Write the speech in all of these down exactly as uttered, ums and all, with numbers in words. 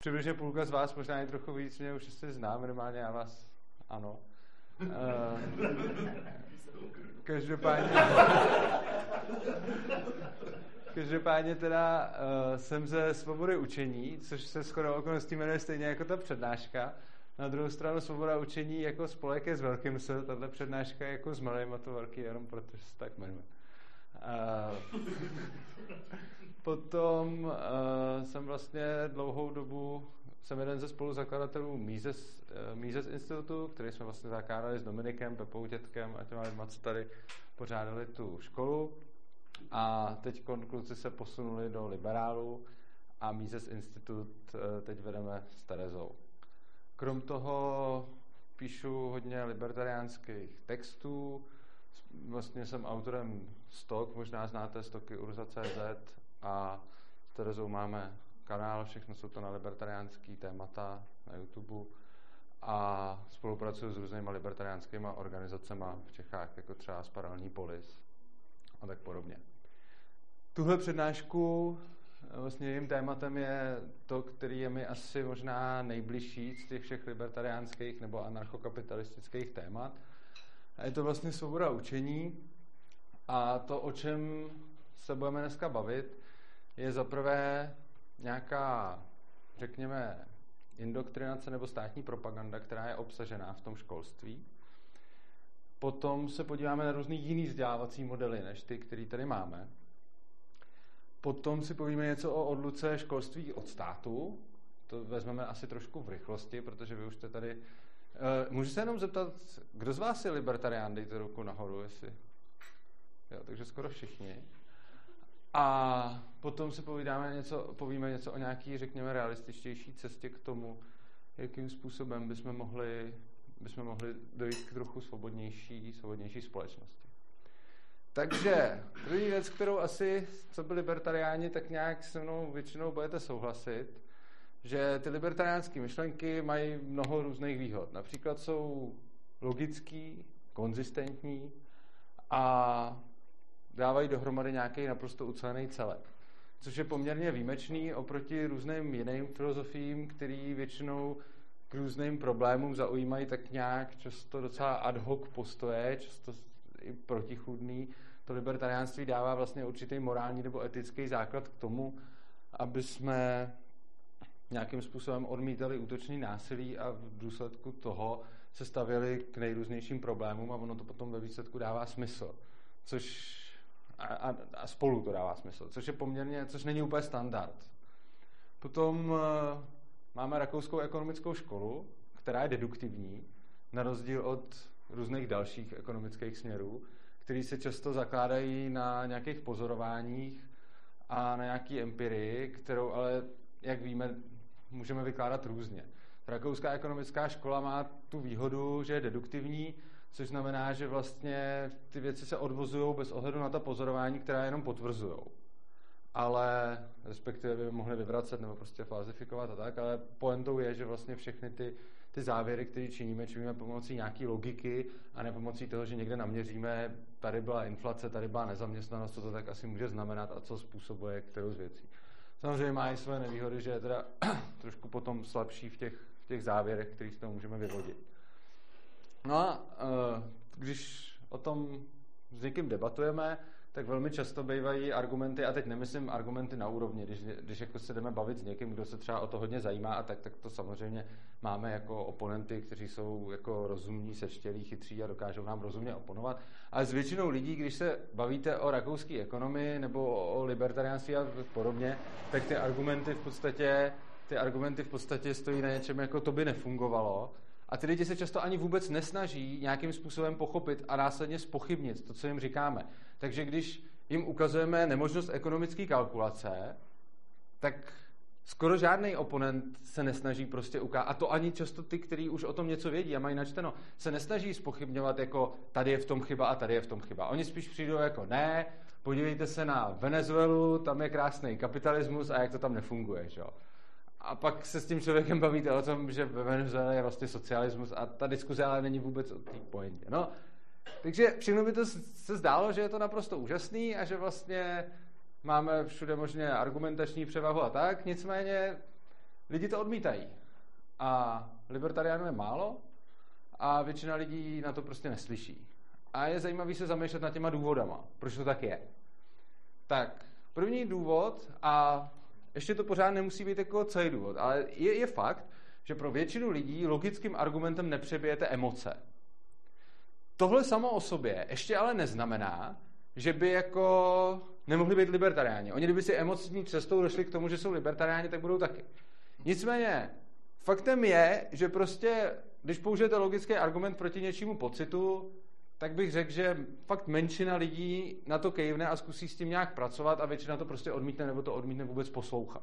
přibližně půlka z vás, možná i trochu víc, mě už asi znám, minimálně já vás, ano. Uh, každopádně, každopádně teda uh, jsem ze Svobody učení, což se shodou okolností jmenuje stejně jako ta přednáška. Na druhou stranu Svoboda učení jako spolek je s velkým S, tato přednáška je jako s malým a to velký jenom protože se tak jmenuje. Uh, potom uh, jsem vlastně dlouhou dobu jsem jeden ze spoluzakladatelů Mises, uh, Mises institutu, který jsme vlastně zakládali s Dominikem, Pepou Dětkem a těma lidma, co tady pořádali tu školu. A teď kluci se posunuli do liberálů a Mises institut uh, teď vedeme s Terezou. Krom toho píšu hodně libertariánských textů. Vlastně jsem autorem Stok, možná znáte Stoky Urza tečka cé zet a s Terezou máme kanál, všechno jsou to na libertariánský témata na YouTube a spolupracuju s různýma libertariánskýma organizacemi v Čechách, jako třeba s Paralelní polis a tak podobně. Tuhle přednášku vlastně jejím tématem je to, který je mi asi možná nejbližší z těch všech libertariánských nebo anarchokapitalistických témat. A je to vlastně svoboda učení a to, o čem se budeme dneska bavit, je zaprvé nějaká, řekněme, indoktrinace nebo státní propaganda, která je obsažená v tom školství. Potom se podíváme na různý jiný vzdělávací modely, než ty, které tady máme. Potom si povíme něco o odluce školství od státu. To vezmeme asi trošku v rychlosti, protože vy už jste tady. Můžu se jenom zeptat, kdo z vás je libertarián? Dejte ruku nahoru, jestli. Jo, takže skoro všichni. A potom si povídáme něco, povíme něco o nějaký, řekněme, realističtější cestě k tomu, jakým způsobem bychom mohli, bychom mohli dojít k trochu svobodnější, svobodnější společnosti. Takže první věc, kterou asi, co by libertariáni, tak nějak se mnou většinou budete souhlasit, že ty libertariánské myšlenky mají mnoho různých výhod. Například jsou logický, konzistentní a dávají dohromady nějaký naprosto ucelený celek. Což je poměrně výjimečný oproti různým jiným filozofiím, který většinou k různým problémům zaujímají tak nějak často docela ad hoc postoje, často i protichůdný. To libertariánství dává vlastně určitý morální nebo etický základ k tomu, aby jsme nějakým způsobem odmítali útočný násilí a v důsledku toho se stavěli k nejrůznějším problémům a ono to potom ve výsledku dává smysl. Což a, a, a spolu to dává smysl, což je poměrně, což není úplně standard. Potom uh, máme rakouskou ekonomickou školu, která je deduktivní, na rozdíl od různých dalších ekonomických směrů, který se často zakládají na nějakých pozorováních a na nějaký empirii, kterou ale, jak víme, můžeme vykládat různě. Rakouská ekonomická škola má tu výhodu, že je deduktivní, což znamená, že vlastně ty věci se odvozují bez ohledu na ta pozorování, která jenom potvrzují. Ale respektive by mohly vyvracet nebo prostě falzifikovat a tak, ale pointou je, že vlastně všechny ty, ty závěry, které činíme, činíme pomocí nějaké logiky a ne pomocí toho, že někde naměříme, tady byla inflace, tady byla nezaměstnanost, co to tak asi může znamenat a co způsobuje kterou z věcí. Samozřejmě má i své nevýhody, že je teda trošku potom slabší v těch, v těch závěrech, které z toho můžeme vyvodit. No a když o tom s někým debatujeme, tak velmi často bývají argumenty, a teď nemyslím argumenty na úrovni, když, když jako se jdeme bavit s někým, kdo se třeba o to hodně zajímá, a tak, tak to samozřejmě máme jako oponenty, kteří jsou jako rozumní, sečtělí, chytří a dokážou nám rozumně oponovat. Ale s většinou lidí, když se bavíte o rakouské ekonomii nebo o libertariánství a podobně, tak ty argumenty v podstatě, ty argumenty v podstatě stojí na něčem, jako to by nefungovalo. A ty lidi se často ani vůbec nesnaží nějakým způsobem pochopit a následně zpochybnit to, co jim říkáme. Takže když jim ukazujeme nemožnost ekonomické kalkulace, tak skoro žádný oponent se nesnaží prostě ukázat, a to ani často ty, kteří už o tom něco vědí a mají načteno, se nesnaží zpochybňovat jako tady je v tom chyba a tady je v tom chyba. Oni spíš přijdou jako ne, podívejte se na Venezuelu, tam je krásný kapitalismus a jak to tam nefunguje, že jo. A pak se s tím člověkem bavíte o tom, že ve Venezuele je vlastně socialismus a ta diskuze ale není vůbec o té pointě. No, takže všechno by to se zdálo, že je to naprosto úžasný a že vlastně máme všude možně argumentační převahu a tak, nicméně lidi to odmítají. A libertariánů je málo a většina lidí na to prostě neslyší. A je zajímavý se zamýšlet nad těma důvodama, proč to tak je. Tak, první důvod, a ještě to pořád nemusí být jako celý důvod, ale je, je fakt, že pro většinu lidí logickým argumentem nepřebijete emoce. Tohle samo o sobě ještě ale neznamená, že by jako nemohli být libertariáni. Oni, kdyby si emoční cestou došli k tomu, že jsou libertariáni, tak budou taky. Nicméně, faktem je, že prostě, když použijete logický argument proti něčímu pocitu, tak bych řekl, že fakt menšina lidí na to kejvne a zkusí s tím nějak pracovat a většina to prostě odmítne nebo to odmítne vůbec poslouchat.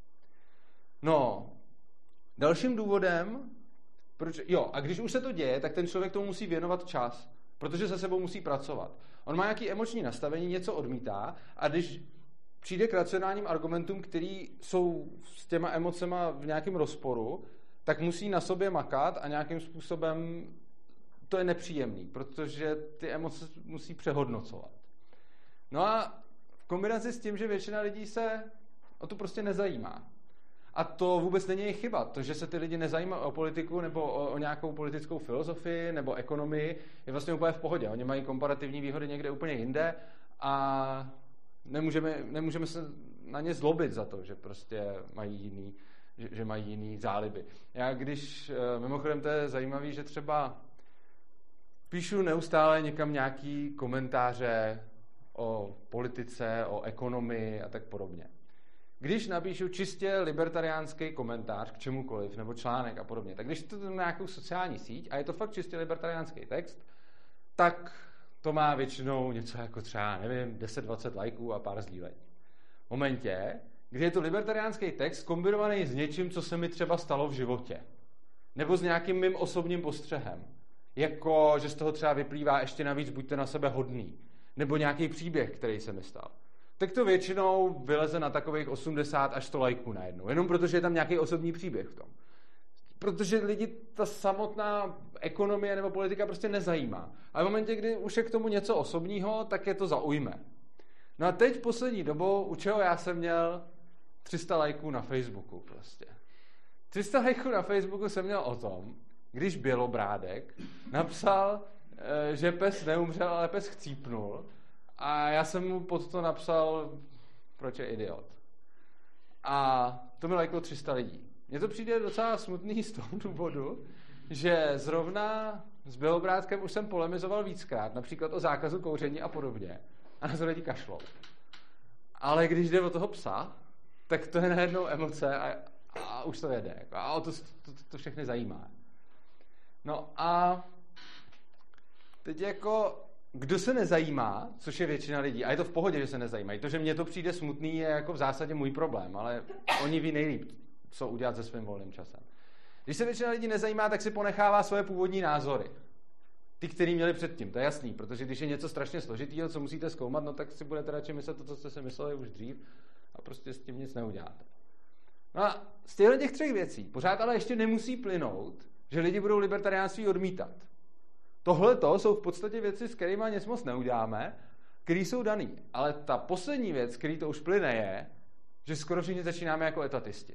No, dalším důvodem, proč, jo, a když už se to děje, tak ten člověk tomu musí věnovat čas, protože se sebou musí pracovat. On má nějaké emoční nastavení, něco odmítá a když přijde k racionálním argumentům, který jsou s těma emocema v nějakém rozporu, tak musí na sobě makat a nějakým způsobem to je nepříjemný, protože ty emoce musí přehodnocovat. No a v kombinaci s tím, že většina lidí se o to prostě nezajímá. A to vůbec není jejich chyba. To, že se ty lidi nezajímají o politiku nebo o, o nějakou politickou filozofii nebo ekonomii, je vlastně úplně v pohodě. Oni mají komparativní výhody někde úplně jinde a nemůžeme, nemůžeme se na ně zlobit za to, že prostě mají jiný, že, že mají jiný záliby. Já když, mimochodem to je zajímavý, že třeba píšu neustále někam nějaký komentáře o politice, o ekonomii a tak podobně. Když napíšu čistě libertariánský komentář k čemukoliv, nebo článek a podobně, tak když to má nějakou sociální síť a je to fakt čistě libertariánský text, tak to má většinou něco jako třeba, nevím, deset dvacet lajků a pár sdílení. V momentě, kdy je to libertariánský text kombinovaný s něčím, co se mi třeba stalo v životě, nebo s nějakým mým osobním postřehem, jako, že z toho třeba vyplývá ještě navíc buďte na sebe hodný, nebo nějaký příběh, který se mi stal, tak to většinou vyleze na takových osmdesát až sto lajků najednou. Jenom protože je tam nějaký osobní příběh v tom. Protože lidi ta samotná ekonomie nebo politika prostě nezajímá. A v momentě, kdy už je k tomu něco osobního, tak je to zaujme. No a teď poslední dobou, u čeho já jsem měl tři sta lajků na Facebooku prostě. tři sta lajků na Facebooku jsem měl o tom, když Bělobrádek napsal, že pes neumřel, ale pes chcípnul. A já jsem mu pod to napsal, proč je idiot. A to mi lajklo tři sta lidí. Mně to přijde docela smutný z toho důvodu, že zrovna s Bělobrádkem už jsem polemizoval víckrát, například o zákazu kouření a podobně. A na to lidi kašlou. Ale když jde o toho psa, tak to je najednou emoce a, a už to jede. A o to, to, to všechny zajímá. No a teď jako kdo se nezajímá, což je většina lidí, a je to v pohodě, že se nezajímají. To, že mně to přijde smutný, je jako v zásadě můj problém, ale oni ví nejlíp, co udělat se svým volným časem. Když se většina lidí nezajímá, tak si ponechává svoje původní názory. Ty, který měli předtím, to je jasný, protože když je něco strašně složitýho, co musíte zkoumat, no tak si budete radši myslet to, co jste si mysleli už dřív a prostě s tím nic neuděláte. No a z těchto těch třech věcí pořád ale ještě nemusí plynout, že lidi budou libertariánství odmítat. Tohle to jsou v podstatě věci, s kterými nic moc neuděláme, které jsou daný. Ale ta poslední věc, který to už plyne, je, že skoro všichni začínáme jako etatisti.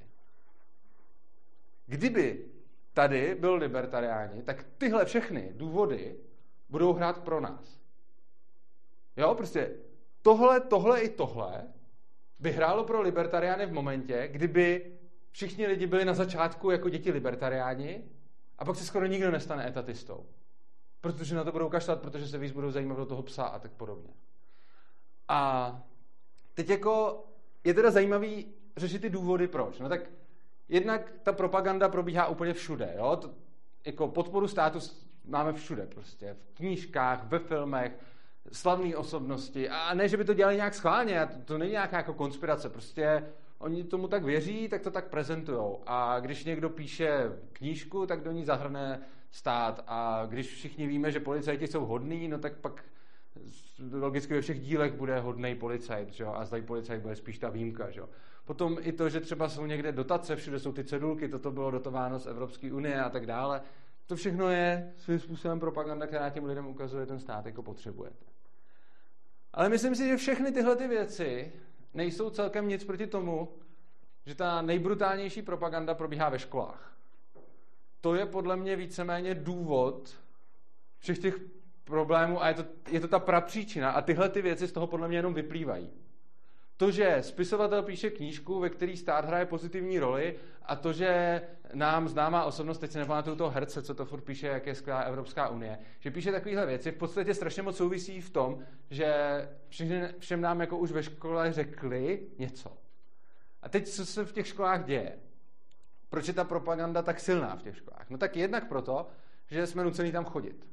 Kdyby tady byl libertariáni, tak tyhle všechny důvody budou hrát pro nás. Jo, prostě tohle, tohle i tohle by hrálo pro libertariány v momentě, kdyby všichni lidi byli na začátku jako děti libertariáni a pak se skoro nikdo nestane etatistou. Protože na to budou kašlat, protože se víc budou zajímat do toho psa a tak podobně. A teď jako je teda zajímavý řešit ty důvody, proč. No tak jednak ta propaganda probíhá úplně všude. Jo? To, jako podporu státu máme všude prostě. V knížkách, ve filmech, slavné osobnosti. A ne, že by to dělali nějak schválně. To, to není nějaká jako konspirace. Prostě oni tomu tak věří, tak to tak prezentujou. A když někdo píše knížku, tak do ní zahrne stát. A když všichni víme, že policajti jsou hodní, no tak pak logicky ve všech dílech bude hodnej policajt, že jo? A zlej policajt bude spíš ta výjimka. Že jo? Potom i to, že třeba jsou někde dotace, všude jsou ty cedulky, toto bylo dotováno z Evropské unie a tak dále. To všechno je svým způsobem propaganda, která těm lidem ukazuje, ten stát jako potřebujete. Ale myslím si, že všechny tyhle ty věci nejsou celkem nic proti tomu, že ta nejbrutálnější propaganda probíhá ve školách. To je podle mě víceméně důvod všech těch problémů a je to, je to ta prapříčina a tyhle ty věci z toho podle mě jenom vyplývají. To, že spisovatel píše knížku, ve který stát hraje pozitivní roli a to, že nám známá osobnost, teď se nepamatuju toho herce, co to furt píše, jak je skvělá Evropská unie, že píše takovéhle věci, v podstatě strašně moc souvisí v tom, že všem, všem nám jako už ve škole řekli něco. A teď co se v těch školách děje? Proč je ta propaganda tak silná v těch školách? No tak jednak proto, že jsme nuceni tam chodit.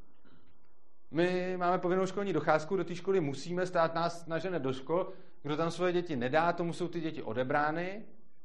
My máme povinnou školní docházku, do té školy musíme, stát nás nažene do škol, kdo tam svoje děti nedá, tomu jsou ty děti odebrány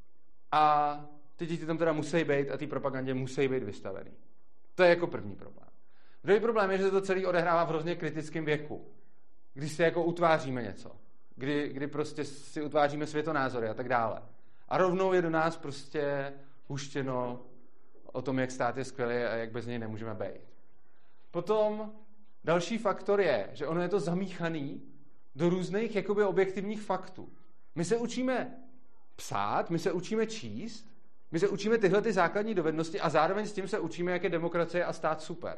a ty děti tam teda musí být a ty propagandě musí být vystavený. To je jako první problém. Druhý problém je, že se to celé odehrává v hrozně kritickém věku, když si jako utváříme něco, kdy, kdy prostě si utváříme světonázory a tak dále. A rovnou je do nás prostě huštěno o tom, jak stát je skvělý a jak bez něj nemůžeme být. Potom další faktor je, že ono je to zamíchaný do různých jakoby objektivních faktů. My se učíme psát, my se učíme číst, my se učíme tyhle ty základní dovednosti a zároveň s tím se učíme, jak je demokracie a stát super.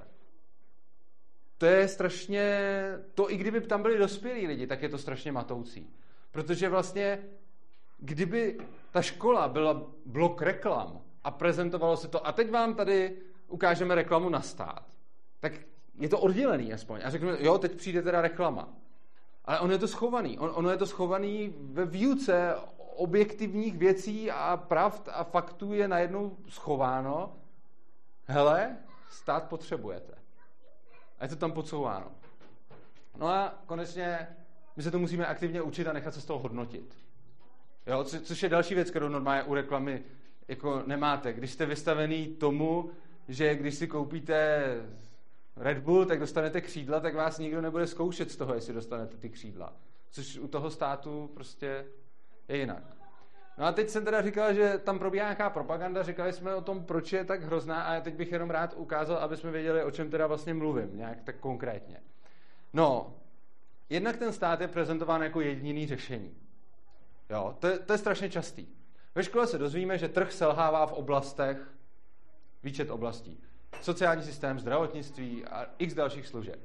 To je strašně, to i kdyby tam byli dospělí lidi, tak je to strašně matoucí. Protože vlastně, kdyby ta škola byla blok reklam a prezentovalo se to, a teď vám tady ukážeme reklamu na stát, tak je to oddělený aspoň. A řeknu, jo, teď přijde teda reklama. Ale ono je to schovaný. On, ono je to schovaný ve výuce objektivních věcí a pravd a faktů je najednou schováno. Hele, stát potřebujete. A je to tam podsouváno. No a konečně my se to musíme aktivně učit a nechat se z toho hodnotit. Jo, co, což je další věc, kterou normálně u reklamy jako nemáte. Když jste vystavený tomu, že když si koupíte Red Bull, tak dostanete křídla, tak vás nikdo nebude zkoušet z toho, jestli dostanete ty křídla. Což u toho státu prostě je jinak. No a teď jsem teda říkal, že tam probíhá nějaká propaganda, říkali jsme o tom, proč je tak hrozná a teď bych jenom rád ukázal, aby jsme věděli, o čem teda vlastně mluvím, nějak tak konkrétně. No, jednak ten stát je prezentován jako jediný řešení. Jo, to je, to je strašně častý. Ve škole se dozvíme, že trh selhává v oblastech, výčet oblastí. Sociální systém, zdravotnictví a x dalších služeb.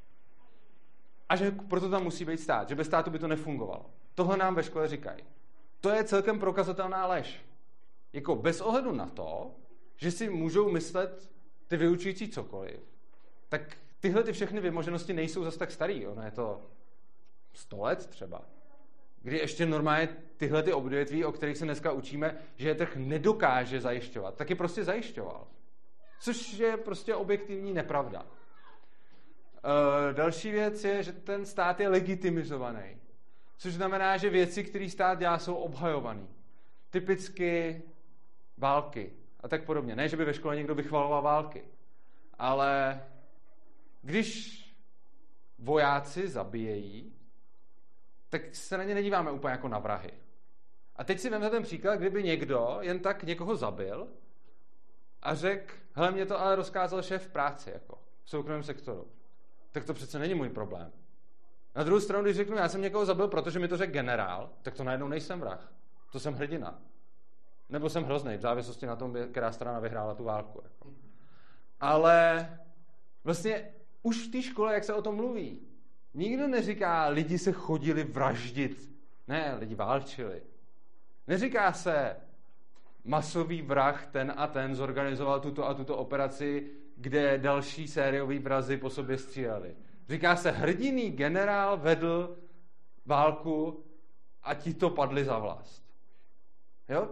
A že proto tam musí být stát, že bez státu by to nefungovalo. Tohle nám ve škole říkají. To je celkem prokazatelná lež. Jako bez ohledu na to, že si můžou myslet ty vyučující cokoliv, tak tyhle ty všechny vymoženosti nejsou zas tak starý. Ono je to sto let třeba. Kdy ještě normálně tyhle ty odvětví, o kterých se dneska učíme, že je trh nedokáže zajišťovat, tak je prostě zajišťoval. Což je prostě objektivní nepravda. E, další věc je, že ten stát je legitimizovaný. Což znamená, že věci, které stát dělá, jsou obhajované. Typicky války a tak podobně. Ne, že by ve škole někdo vychvaloval války. Ale když vojáci zabíjejí, tak se na ně nedíváme úplně jako na vrahy. A teď si vezmeme ten příklad, kdyby někdo jen tak někoho zabil a řekl, hele, mě to ale rozkázal šéf v práci, jako v soukromém sektoru. Tak to přece není můj problém. Na druhou stranu, když řeknu, já jsem někoho zabil, protože mi to řekl generál, tak to najednou nejsem vrah. To jsem hrdina. Nebo jsem hroznej, v závislosti na tom, která strana vyhrála tu válku. Jako. Ale vlastně už v té škole, jak se o tom mluví, nikdo neříká, lidi se chodili vraždit. Ne, lidi válčili. Neříká se, masový vrah ten a ten zorganizoval tuto a tuto operaci, kde další sériový vrazi po sobě stříleli. Říká se, hrdinný generál vedl válku a ti to padli za vlast. Jo?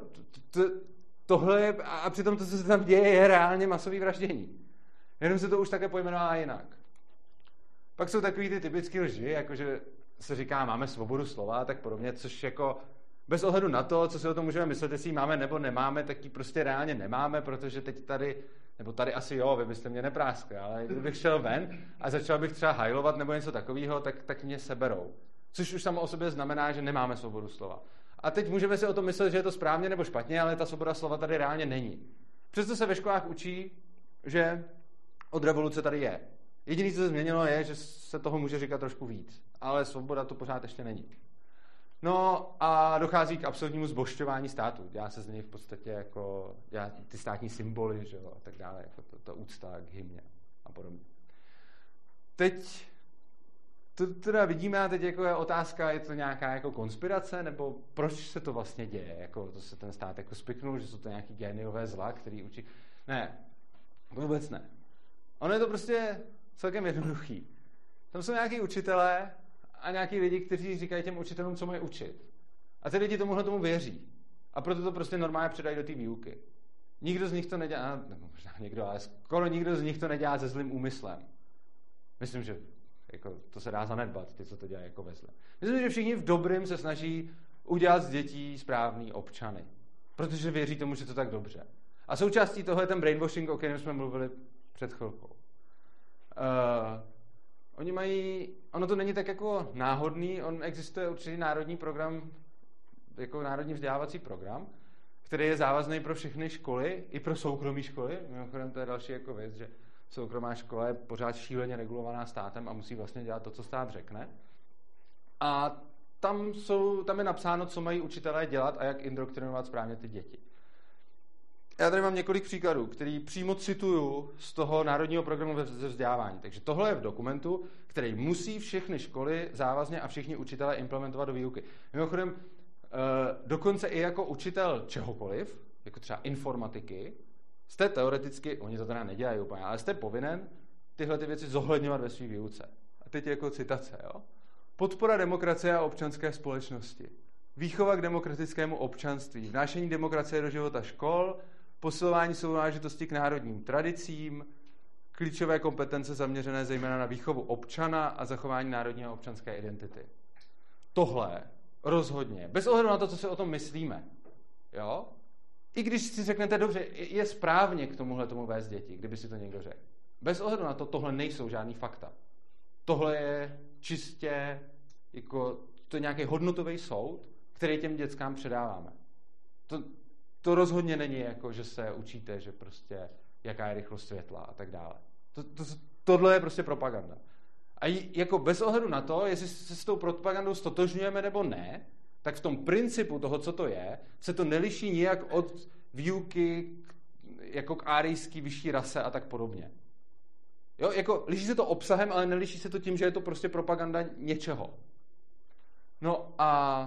Tohle je, a přitom to, co se tam děje, je reálně masový vraždění. Jenom se to už také pojmenová jinak. Pak jsou takový ty typické lži, jakože se říká, máme svobodu slova a tak podobně, což jako bez ohledu na to, co si o tom můžeme myslet, jestli ji máme nebo nemáme, tak ji prostě reálně nemáme, protože teď tady, nebo tady asi jo, vy byste mě nepráskli, ale kdybych šel ven a začal bych třeba hajlovat nebo něco takového, tak, tak mě seberou. Což už samo o sobě znamená, že nemáme svobodu slova. A teď můžeme si o tom myslet, že je to správně nebo špatně, ale ta svoboda slova tady reálně není. Přesto se ve školách učí, že od revoluce tady je. Jediné, co se změnilo, je, že se toho může říkat trošku víc. Ale svoboda to pořád ještě není. No a dochází k absolutnímu zbožťování státu. Dělá se z něj v podstatě jako dělá ty státní symboly, že jo, a tak dále, jako to, to úcta k hymně a podobně. Teď to teda vidíme a teď jako je otázka, je to nějaká jako konspirace, nebo proč se to vlastně děje, jako to se ten stát jako spiknul, že jsou to nějaký géniové zla, který učí. Ne, vůbec ne. Ono je to prostě celkem jednoduchý. Tam jsou nějaký učitelé a nějaký lidi, kteří říkají těm učitelům, co mají učit. A ty lidi tomuhle tomu věří. A proto to prostě normálně předají do té výuky. Nikdo z nich to nedělá, nebo možná někdo, ale skoro nikdo z nich to nedělá se zlým úmyslem. Myslím, že jako, to se dá zanedbat, ty, co to dělají jako ve zlém. Myslím, že všichni v dobrým se snaží udělat z dětí správný občany. Protože věří tomu, že to tak dobře. A součástí toho je ten brainwashing, o kterém jsme mluvili před chvilkou. Uh, oni mají, ono to není tak jako náhodný, on existuje určitý národní program, jako národní vzdělávací program, který je závazný pro všechny školy, i pro soukromé školy. Mimochodem to je další jako věc, že soukromá škola je pořád šíleně regulovaná státem a musí vlastně dělat to, co stát řekne. A tam, jsou, tam je napsáno, co mají učitelé dělat a jak indoktrinovat správně ty děti. Já tady mám několik příkladů, který přímo cituju z toho národního programu ze vzdělávání. Takže tohle je v dokumentu, který musí všechny školy závazně a všichni učitelé implementovat do výuky. Mimochodem, dokonce i jako učitel čehokoliv, jako třeba informatiky, jste teoreticky, oni to teda nedělají úplně, ale jste povinen tyhle ty věci zohledňovat ve své výuce. A teď jako citace, jo? Podpora demokracie a občanské společnosti. Výchova k demokratickému občanství. Vnášení demokracie do života škol. Posilování sounáležitosti k národním tradicím. Klíčové kompetence zaměřené zejména na výchovu občana a zachování národní a občanské identity. Tohle rozhodně. Bez ohledu na to, co si o tom myslíme. Jo? I když si řeknete, dobře, je správně k tomuhle tomu vést děti, kdyby si to někdo řekl. Bez ohledu na to, tohle nejsou žádný fakta. Tohle je čistě jako, to je nějaký hodnotový soud, který těm dětskám předáváme. To, to rozhodně není jako, že se učíte, že prostě jaká je rychlost světla a tak dále. To, to, tohle je prostě propaganda. A jako bez ohledu na to, jestli se s tou propagandou stotožňujeme nebo ne, tak v tom principu toho, co to je, se to neliší nijak od výuky jako k árijský vyšší rase a tak podobně. Jo, jako liší se to obsahem, ale neliší se to tím, že je to prostě propaganda něčeho. No a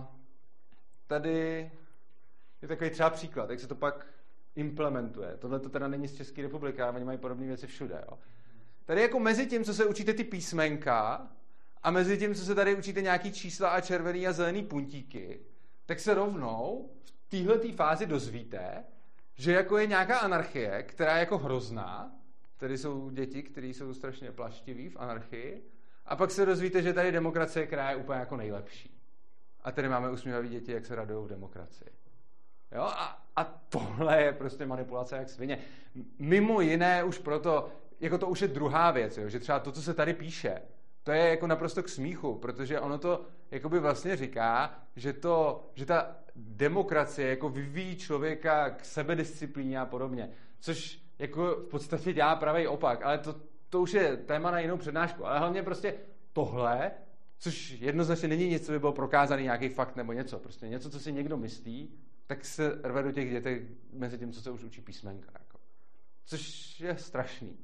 tady je takový třeba příklad, jak se to pak implementuje. Tohle to teda není z České republiky, ale oni mají podobné věci všude. Jo. Tady jako mezi tím, co se učíte ty písmenka a mezi tím, co se tady učíte nějaký čísla a červený a zelený puntíky, tak se rovnou v téhletý fázi dozvíte, že jako je nějaká anarchie, která je jako hrozná. Tady jsou děti, které jsou strašně plaštiví v anarchii. A pak se dozvíte, že tady demokracie, která je úplně jako nejlepší. A tady máme usmívavé děti, jak se radují v demokracii. Jo? A, a tohle je prostě manipulace jak svině. Mimo jiné už proto, jako to už je druhá věc, jo? Že třeba to, co se tady píše, to je jako naprosto k smíchu, protože ono to jakoby vlastně říká, že, to, že ta demokracie jako vyvíjí člověka k sebedisciplíně a podobně. Což jako v podstatě dělá pravý opak, ale to, to už je téma na jinou přednášku. Ale hlavně prostě tohle, což jednoznačně není nic, co by bylo prokázaný nějaký fakt nebo něco. Prostě něco, co si někdo myslí, tak se rve do těch dětech mezi tím, co se už učí písmenka. Jako. Což je strašný.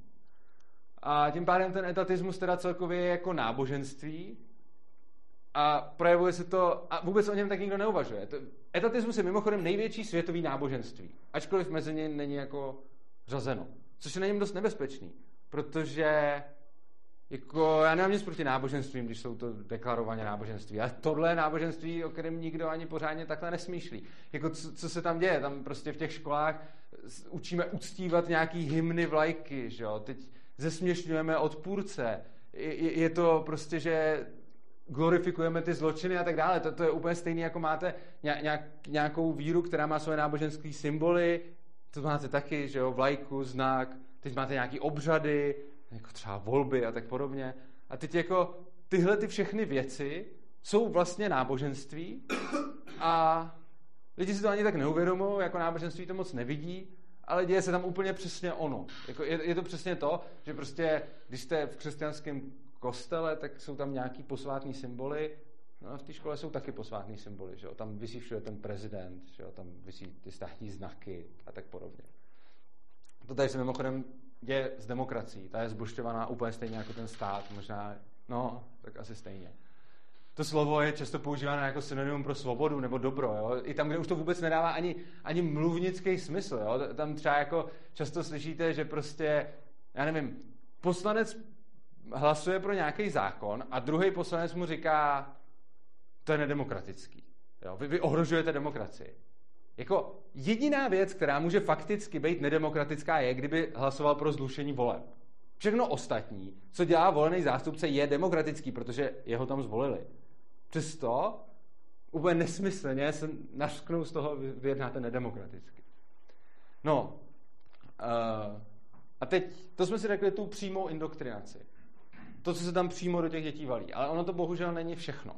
A tím pádem ten etatismus teda celkově je jako náboženství a projevuje se to, a vůbec o něm tak nikdo neuvažuje. To, etatismus je mimochodem největší světový náboženství, ačkoliv mezi ně není jako řazeno. Což je na něm dost nebezpečný, protože jako, já nemám nic proti náboženstvím, když jsou to deklarovaně náboženství, ale tohle je náboženství, o kterém nikdo ani pořádně takhle nesmýšlí. Jako, co, co se tam děje? Tam prostě v těch školách učíme uctívat nějaký hymny vlajky, že jo? Teď zesměšňujeme odpůrce. Je, je to prostě, že glorifikujeme ty zločiny a tak dále. To, to je úplně stejné, jako máte nějak, nějakou víru, která má svoje náboženské symboly, to máte taky, že jo, vlajku, znak, teď máte nějaký obřady, jako třeba volby a tak podobně. A teď jako tyhle ty všechny věci jsou vlastně náboženství a lidi si to ani tak neuvědomují, jako náboženství to moc nevidí, ale děje se tam úplně přesně ono. Jako je, je to přesně to, že prostě, když jste v křesťanském kostele, tak jsou tam nějaký posvátný symboly No a v té škole jsou taky posvátný symboly, že jo? Tam visí všude ten prezident, že jo? Tam visí ty státní znaky a tak podobně. To tady se mimochodem děje s demokracií. Ta je zbušťovaná úplně stejně jako ten stát, možná, no, tak asi stejně. To slovo je často používáno jako synonymum pro svobodu nebo dobro, jo? I tam, kde už to vůbec nedává ani, ani mluvnický smysl, jo? Tam třeba jako často slyšíte, že prostě, já nevím, poslanec hlasuje pro nějaký zákon a druhý poslanec mu říká, to je nedemokratický. Jo? Vy, vy ohrožujete demokracii. Jako jediná věc, která může fakticky být nedemokratická, je, kdyby hlasoval pro zrušení voleb. Všechno ostatní, co dělá volený zástupce, je demokratický, protože jeho tam zvolili. Přesto úplně nesmyslně se nařknou z toho, vy jednáte nedemokraticky. No, uh, a teď, to jsme si řekli tu přímou indoktrinaci. To, co se tam přímo do těch dětí valí. Ale ono to bohužel není všechno.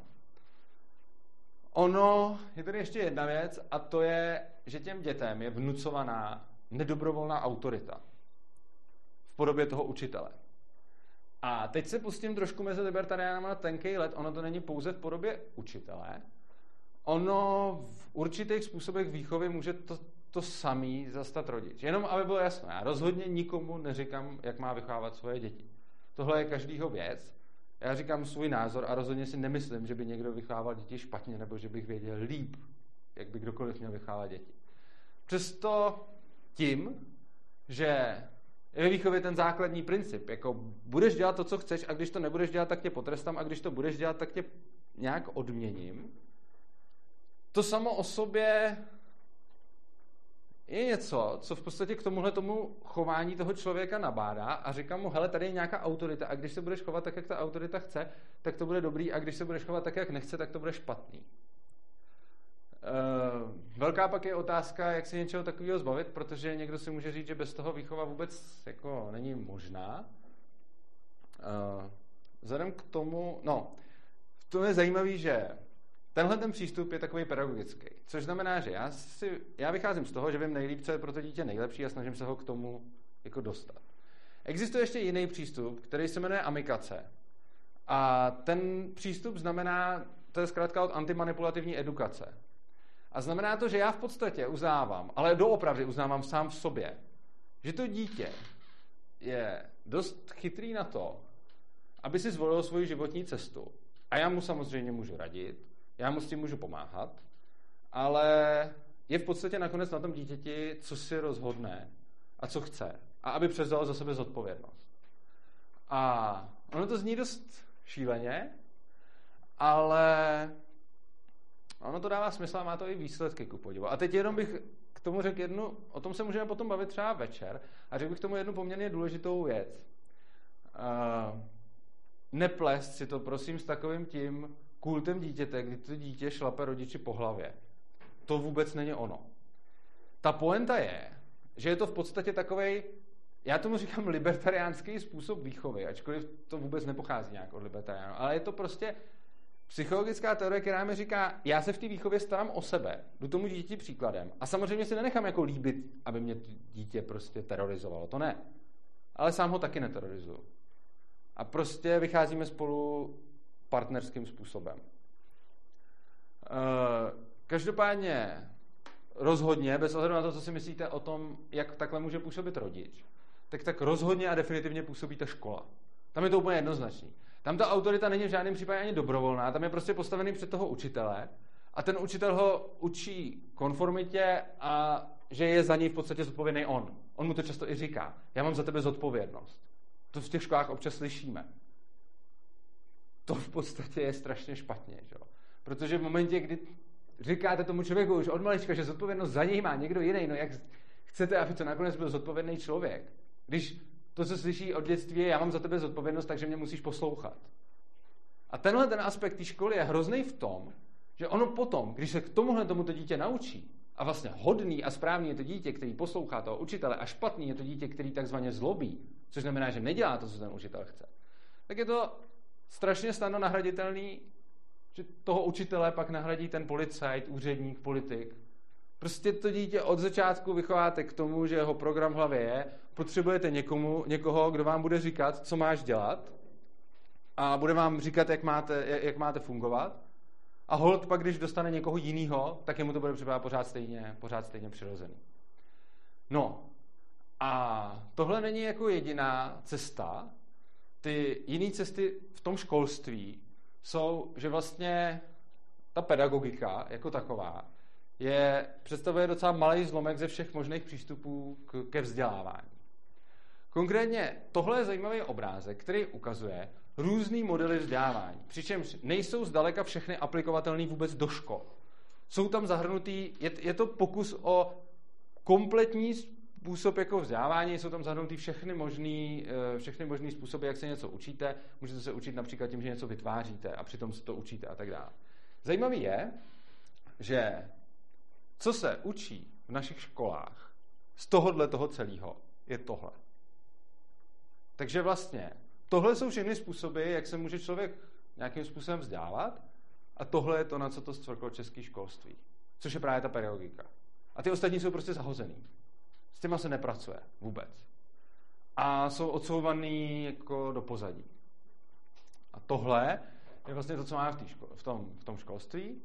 Ono, je tady ještě jedna věc, a to je, že těm dětem je vnucovaná nedobrovolná autorita v podobě toho učitele. A teď se pustím trošku mezi libertariánama na tenkej led, ono to není pouze v podobě učitele, ono v určitých způsobech výchovy může to, to samý zastat rodič. Jenom aby bylo jasné, já rozhodně nikomu neříkám, jak má vychovávat svoje děti. Tohle je každýho věc. Já říkám svůj názor a rozhodně si nemyslím, že by někdo vychovával děti špatně, nebo že bych věděl líp, jak by kdokoliv měl vychovávat děti. Přesto tím, že je ve výchově ten základní princip, jako budeš dělat to, co chceš, a když to nebudeš dělat, tak tě potrestám, a když to budeš dělat, tak tě nějak odměním. To samo o sobě je něco, co v podstatě k tomuhle tomu chování toho člověka nabádá a říká mu, hele, tady je nějaká autorita a když se budeš chovat tak, jak ta autorita chce, tak to bude dobrý, a když se budeš chovat tak, jak nechce, tak to bude špatný. Uh, velká pak je otázka, jak se něčeho takového zbavit, protože někdo si může říct, že bez toho výchova vůbec jako není možná. Uh, vzhledem k tomu, no, v tom je zajímavý, že tenhle ten přístup je takový pedagogický, což znamená, že já, si, já vycházím z toho, že vím nejlíp, co je pro to dítě nejlepší a snažím se ho k tomu jako dostat. Existuje ještě jiný přístup, který se jmenuje amikace. A ten přístup znamená, to je zkrátka od antimanipulativní edukace. A znamená to, že já v podstatě uznávám, ale doopravdy uznávám sám v sobě, že to dítě je dost chytrý na to, aby si zvolilo svoji životní cestu. A já mu samozřejmě můžu radit, já mu s tím můžu pomáhat, ale je v podstatě nakonec na tom dítěti, co si rozhodne a co chce. A aby převzal za sebe zodpovědnost. A ono to zní dost šíleně, ale ono to dává smysl a má to i výsledky, ku podivu. A teď jenom bych k tomu řekl jednu, o tom se můžeme potom bavit třeba večer, a řekl bych k tomu jednu poměrně důležitou věc. Uh, neplést si to, prosím, s takovým tím kultem dítěte, kdy to dítě šlape rodiči po hlavě. To vůbec není ono. Ta poenta je, že je to v podstatě takovej, já tomu říkám libertariánský způsob výchovy, ačkoliv to vůbec nepochází nějak od libertariánů, ale je to prostě psychologická teorie, která mi říká, já se v té výchově starám o sebe, jdu tomu dítěti příkladem a samozřejmě si nenechám jako líbit, aby mě dítě prostě terorizovalo, to ne. Ale sám ho taky neterorizuju. A prostě vycházíme spolu partnerským způsobem. Každopádně rozhodně, bez ohledu na to, co si myslíte o tom, jak takhle může působit rodič, tak tak rozhodně a definitivně působí ta škola. Tam je to úplně jednoznačný. Tam ta autorita není v žádném případě ani dobrovolná, tam je prostě postavený před toho učitele a ten učitel ho učí konformitě a že je za něj v podstatě zodpovědný on. On mu to často i říká. Já mám za tebe zodpovědnost. To v těch školách občas slyšíme. To v podstatě je strašně špatně, že? Protože v momentě, kdy říkáte tomu člověku už od malička, že zodpovědnost za něj má někdo jiný, no jak chcete, aby to nakonec byl zodpovědný člověk? Když to, co slyší od dětství, je, já mám za tebe zodpovědnost, takže mě musíš poslouchat. A tenhle ten aspekt té školy je hrozný v tom, že ono potom, když se k tomuhle tomuto dítě naučí, a vlastně hodný a správný je to dítě, který poslouchá toho učitele, a špatný je to dítě, který takzvaně zlobí, což znamená, že nedělá to, co ten učitel chce, tak je to strašně snadno nahraditelný, že toho učitele pak nahradí ten policajt, úředník, politik. Prostě to dítě od začátku vychováte k tomu, že jeho program v hlavě je, potřebujete někomu, někoho, kdo vám bude říkat, co máš dělat a bude vám říkat, jak máte, jak máte fungovat a holt pak, když dostane někoho jinýho, tak jemu to bude připadat pořád stejně, pořád stejně přirozený. No a tohle není jako jediná cesta. Ty jiné cesty v tom školství jsou, že vlastně ta pedagogika jako taková je, představuje docela malý zlomek ze všech možných přístupů k, ke vzdělávání. Konkrétně tohle je zajímavý obrázek, který ukazuje různý modely vzdělávání, přičemž nejsou zdaleka všechny aplikovatelné vůbec do škol. Jsou tam zahrnutý, je, je to pokus o kompletní způsob jako vzdělávání, jsou tam zahrnutý všechny možný, všechny možný způsoby, jak se něco učíte. Můžete se učit například tím, že něco vytváříte a přitom se to učíte a tak dále. Zajímavý je, že co se učí v našich školách z tohohle toho celého, je tohle. Takže vlastně tohle jsou všechny způsoby, jak se může člověk nějakým způsobem vzdělávat, a tohle je to, na co to zcvrklo české školství. Což je právě ta pedagogika. A ty ostatní jsou prostě zahozený. S těma se nepracuje vůbec. A jsou odsouvaný jako do pozadí. A tohle je vlastně to, co máme v, ško- v, tom, v tom školství.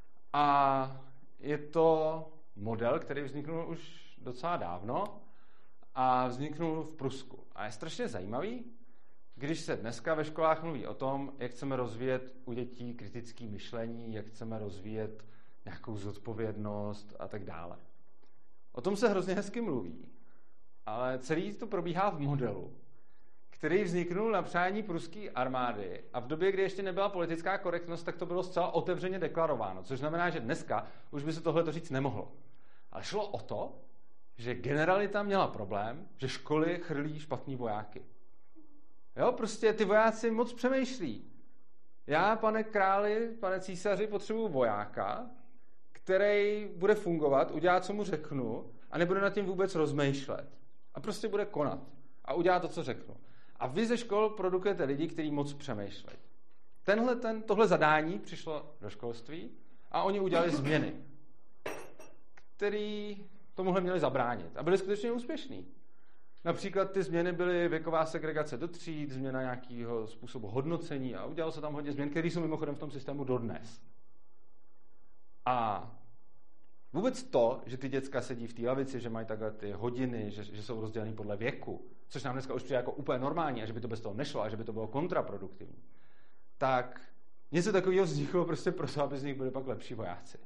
A je to model, který vzniknul už docela dávno a vzniknul v Prusku. A je strašně zajímavý, když se dneska ve školách mluví o tom, jak chceme rozvíjet u dětí kritické myšlení, jak chceme rozvíjet nějakou zodpovědnost a tak dále. O tom se hrozně hezky mluví, ale celý to probíhá v modelu, který vzniknul na přání pruské armády a v době, kdy ještě nebyla politická korektnost, tak to bylo zcela otevřeně deklarováno, což znamená, že dneska už by se tohle říct nemohlo. Ale šlo o to, že generalita měla problém, že školy chrlí špatný vojáky. Jo, prostě ty vojáci moc přemýšlí. Já, pane králi, pane císaři, potřebuju vojáka, který bude fungovat, udělá, co mu řeknu a nebude nad tím vůbec rozmýšlet. A prostě bude konat. A udělá to, co řeknu. A vy ze škol produkujete lidi, kteří moc přemýšlejí. Tenhle, ten, tohle zadání přišlo do školství a oni udělali změny, které tomuhle měli zabránit. A byli skutečně úspěšní. Například ty změny byly věková segregace do tříd, změna nějakého způsobu hodnocení a udělalo se tam hodně změn, které jsou mimochodem v tom systému dodnes. A vůbec to, že ty děcka sedí v té lavici, že mají takhle ty hodiny, že, že jsou rozdělený podle věku, což nám dneska už přijde jako úplně normální a že by to bez toho nešlo a že by to bylo kontraproduktivní, tak něco takového vzniklo prostě proto, aby z nich byli pak lepší vojáci.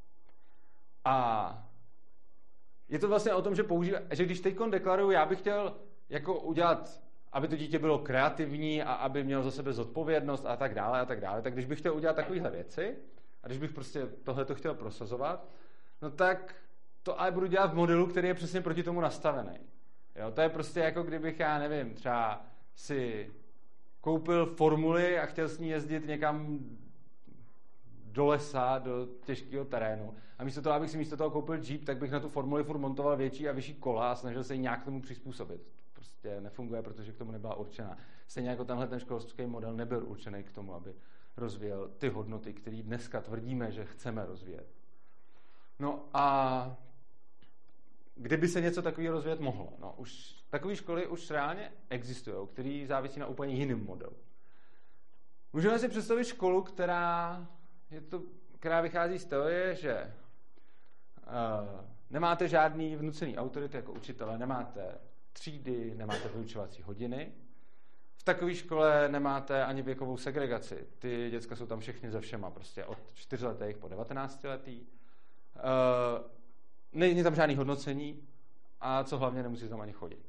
A je to vlastně o tom, že používá, že když teďkon deklaruju, já bych chtěl jako udělat, aby to dítě bylo kreativní a aby mělo za sebe zodpovědnost a tak dále a tak dále, tak když bych chtěl udělat takovéhle věci a když bych prostě tohleto chtěl prosazovat, no tak to ale budu dělat v modelu, který je přesně proti tomu nastavený. Jo, to je prostě jako kdybych, já nevím, třeba si koupil formuli a chtěl s ní jezdit někam do lesa, do těžkého terénu. A místo toho, abych si místo toho koupil Jeep, tak bych na tu formuli furt montoval větší a vyšší kola a snažil se ji nějak tomu přizpůsobit. Prostě nefunguje, protože k tomu nebyla určena. Stejně jako tenhle ten školský model nebyl určený k tomu, aby rozvíjel ty hodnoty, které dneska tvrdíme, že chceme rozvíjet. No a kdyby se něco takového rozvíjet mohlo? No, už takové školy už reálně existují, které závisí na úplně jiném modelu. Můžeme si představit školu, která, je to, která vychází z teorie, že uh, nemáte žádný vnucený autority jako učitele, nemáte třídy, nemáte vyučovací hodiny. V takové škole nemáte ani věkovou segregaci. Ty děcka jsou tam všechny ze všema, prostě od čtyřletých po devatenáctiletý. Uh, není tam žádný hodnocení a co hlavně, nemusí tam ani chodit.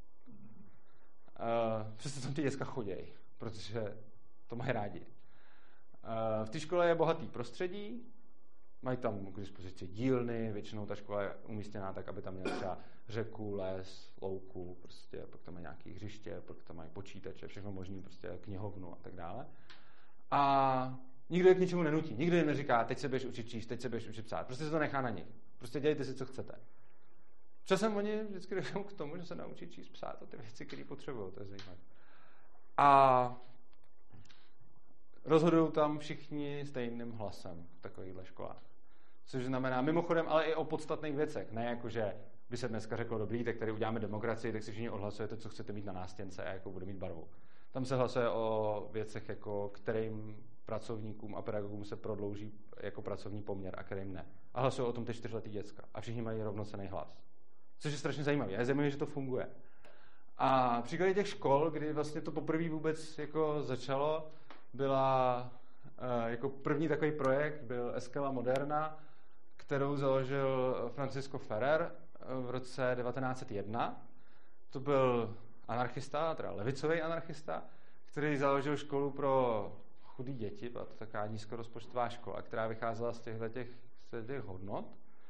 Uh, přesto tam ty děcka chodějí, protože to mají rádi. Uh, v té škole je bohatý prostředí, mají tam k dispozici dílny, většinou ta škola je umístěná tak, aby tam měla třeba řeku, les, louku, prostě, pak tam mají nějaké hřiště, pak tam mají počítače, všechno možné, prostě knihovnu a tak dále. A nikdo je k ničemu nenutí. Nikdo jim neříká, teď se běž učit číst, teď se běž učit psát. Prostě se to nechá na nich. Prostě dělejte si, co chcete. Časem oni vždycky dojdou k tomu, že se naučí číst, psát a ty věci, které potřebují, to je zajímavé. A rozhodují tam všichni stejným hlasem v takovýchhle školách. Což znamená mimochodem, ale i o podstatných věcech. Ne jako, že by se dneska řeklo, dobrý, tak tady uděláme demokracii, tak si všichni odhlasujete, co chcete mít na nástěnce a jakou bude mít barvu. Tam se hlasuje o věcech, jako kterým pracovníkům a pedagogům se prodlouží jako pracovní poměr a kterým ne. A hlasují o tom ty čtyřletý děcka. A všichni mají rovnocenný hlas. Což je strašně zajímavé. Je zajímavé, že to funguje. A příklady těch škol, kdy vlastně to poprvé vůbec jako začalo, byla uh, jako první takový projekt, byl Escola Moderna, kterou založil Francisco Ferrer v roce devatenáct set jedna. To byl anarchista, teda levicový anarchista, který založil školu pro chudý děti, byla to taková nízkorozpočtová škola, která vycházela z těchto těch, z těch hodnot.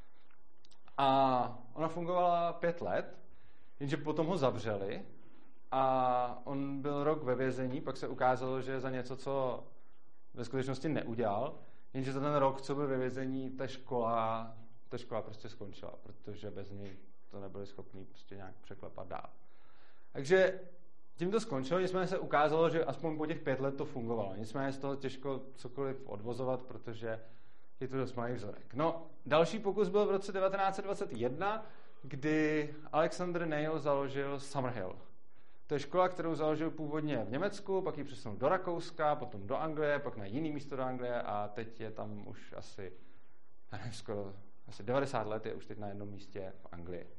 A ona fungovala pět let, jenže potom ho zavřeli a on byl rok ve vězení, pak se ukázalo, že za něco, co ve skutečnosti neudělal, jenže za ten rok, co byl ve vězení, ta škola, ta škola prostě skončila, protože bez něj to nebyli schopni prostě nějak překlepat dál. Takže tím to skončilo, nicméně se ukázalo, že aspoň po těch pět let to fungovalo. Nicméně z toho těžko cokoliv odvozovat, protože je to dost malý vzorek. No, další pokus byl v roce devatenáct set dvacet jedna, kdy Alexander Neil založil Summerhill. To je škola, kterou založil původně v Německu, pak ji přesunul do Rakouska, potom do Anglie, pak na jiný místo do Anglie a teď je tam už asi, nevím, skoro asi devadesát let je už teď na jednom místě v Anglii.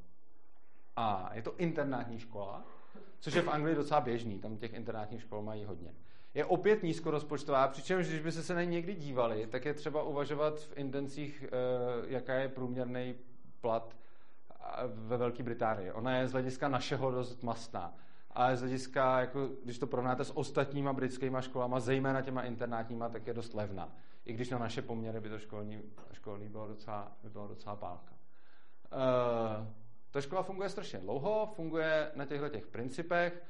A je to internátní škola, což je v Anglii docela běžný, tam těch internátních škol mají hodně. Je opět nízkorozpočtová, přičemž když by se na ní někdy dívali, tak je třeba uvažovat v intencích, jaká je průměrný plat ve Velké Británii. Ona je z hlediska našeho dost mastná, ale z hlediska, jako, když to porovnáte s ostatníma britskýma školama, zejména těma internátníma, tak je dost levná. I když na naše poměry by to školní, školní bylo docela, by bylo docela pálka. Uh, ta škola funguje strašně dlouho, funguje na těchto těch principech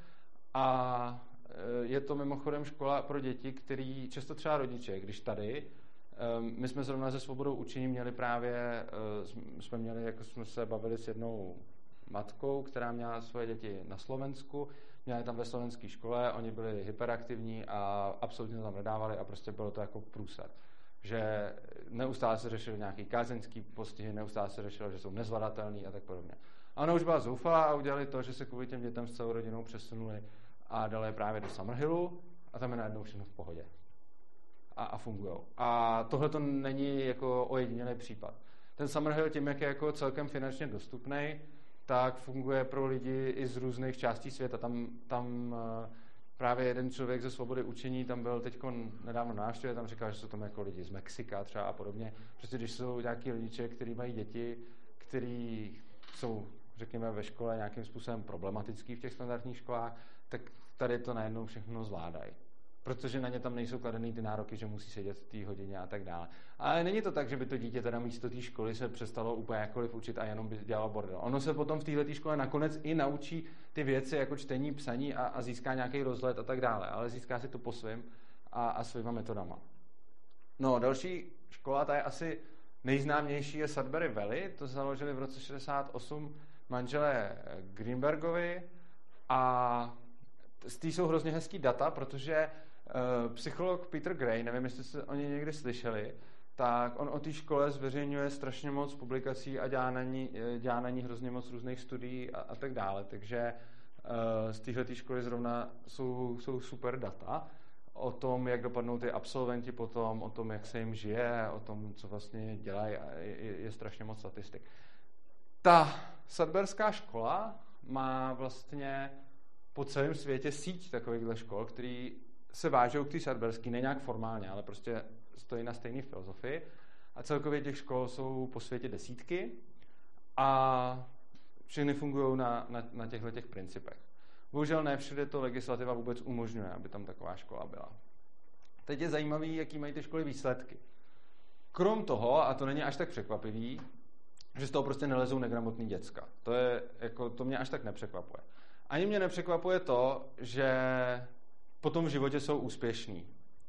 a je to mimochodem škola pro děti, který často třeba rodiče, když tady, my jsme zrovna se svobodou učení měli právě, jsme měli, jako jsme se bavili s jednou matkou, která měla svoje děti na Slovensku, měla je tam ve slovenské škole, oni byli hyperaktivní a absolutně to tam nedávali a prostě bylo to jako průser. Že neustále se řešili nějaký kázeňský postihy, neustále se řešilo, že jsou nezvladatelný a tak podobně. A ona už byla zoufalá a udělali to, že se kvůli těm dětem s celou rodinou přesunuli a dali je právě do Summerhillu a tam je najednou všechno v pohodě. A, a fungujou. A tohle to není jako ojedinělý případ. Ten Summerhill tím, jak je jako celkem finančně dostupný, tak funguje pro lidi i z různých částí světa. Tam, tam právě jeden člověk ze svobody učení, tam byl teď nedávno na návštěvě, tam říkal, že jsou tam jako lidi z Mexika třeba a podobně. Prostě když jsou nějaký rodiče, kteří mají děti, kteří jsou, řekněme, ve škole nějakým způsobem problematický v těch standardních školách, tak tady to najednou všechno zvládají. Protože na ně tam nejsou kladený ty nároky, že musí sedět v té hodině a tak dále. Ale není to tak, že by to dítě teda místo té školy se přestalo úplně jakkoliv učit a jenom by dělalo bordel. Ono se potom v této škole nakonec i naučí ty věci jako čtení, psaní a, a získá nějaký rozhled a tak dále. Ale získá si to po svým a, a svýma metodama. No, další škola, ta je asi nejznámější, je Sudbury Valley. To založili v roce šedesát osm manželé Greenbergovi a z té jsou hrozně hezký data, protože uh, psycholog Peter Gray, nevím, jestli jste o něj někdy slyšeli, tak on o té škole zveřejňuje strašně moc publikací a dělá na ní, dělá na ní hrozně moc různých studií a, a tak dále. Takže uh, z téhleté školy zrovna jsou, jsou super data o tom, jak dopadnou ty absolventi potom, o tom, jak se jim žije, o tom, co vlastně dělají. Je, je strašně moc statistik. Ta Sudburská škola má vlastně po celém světě síť takovýchhle škol, který se vážou k té Sudburský, ne nějak formálně, ale prostě stojí na stejné filozofii. A celkově těch škol jsou po světě desítky a všechny fungují na, na, na těchto těch principech. Bohužel ne všude to legislativa vůbec umožňuje, aby tam taková škola byla. Teď je zajímavý, jaký mají ty školy výsledky. Krom toho, a to není až tak překvapivý, že z toho prostě nelezou negramotný děcka. To, je, jako, to mě až tak nepřekvapuje. Ani mě nepřekvapuje to, že potom v životě jsou úspěšní.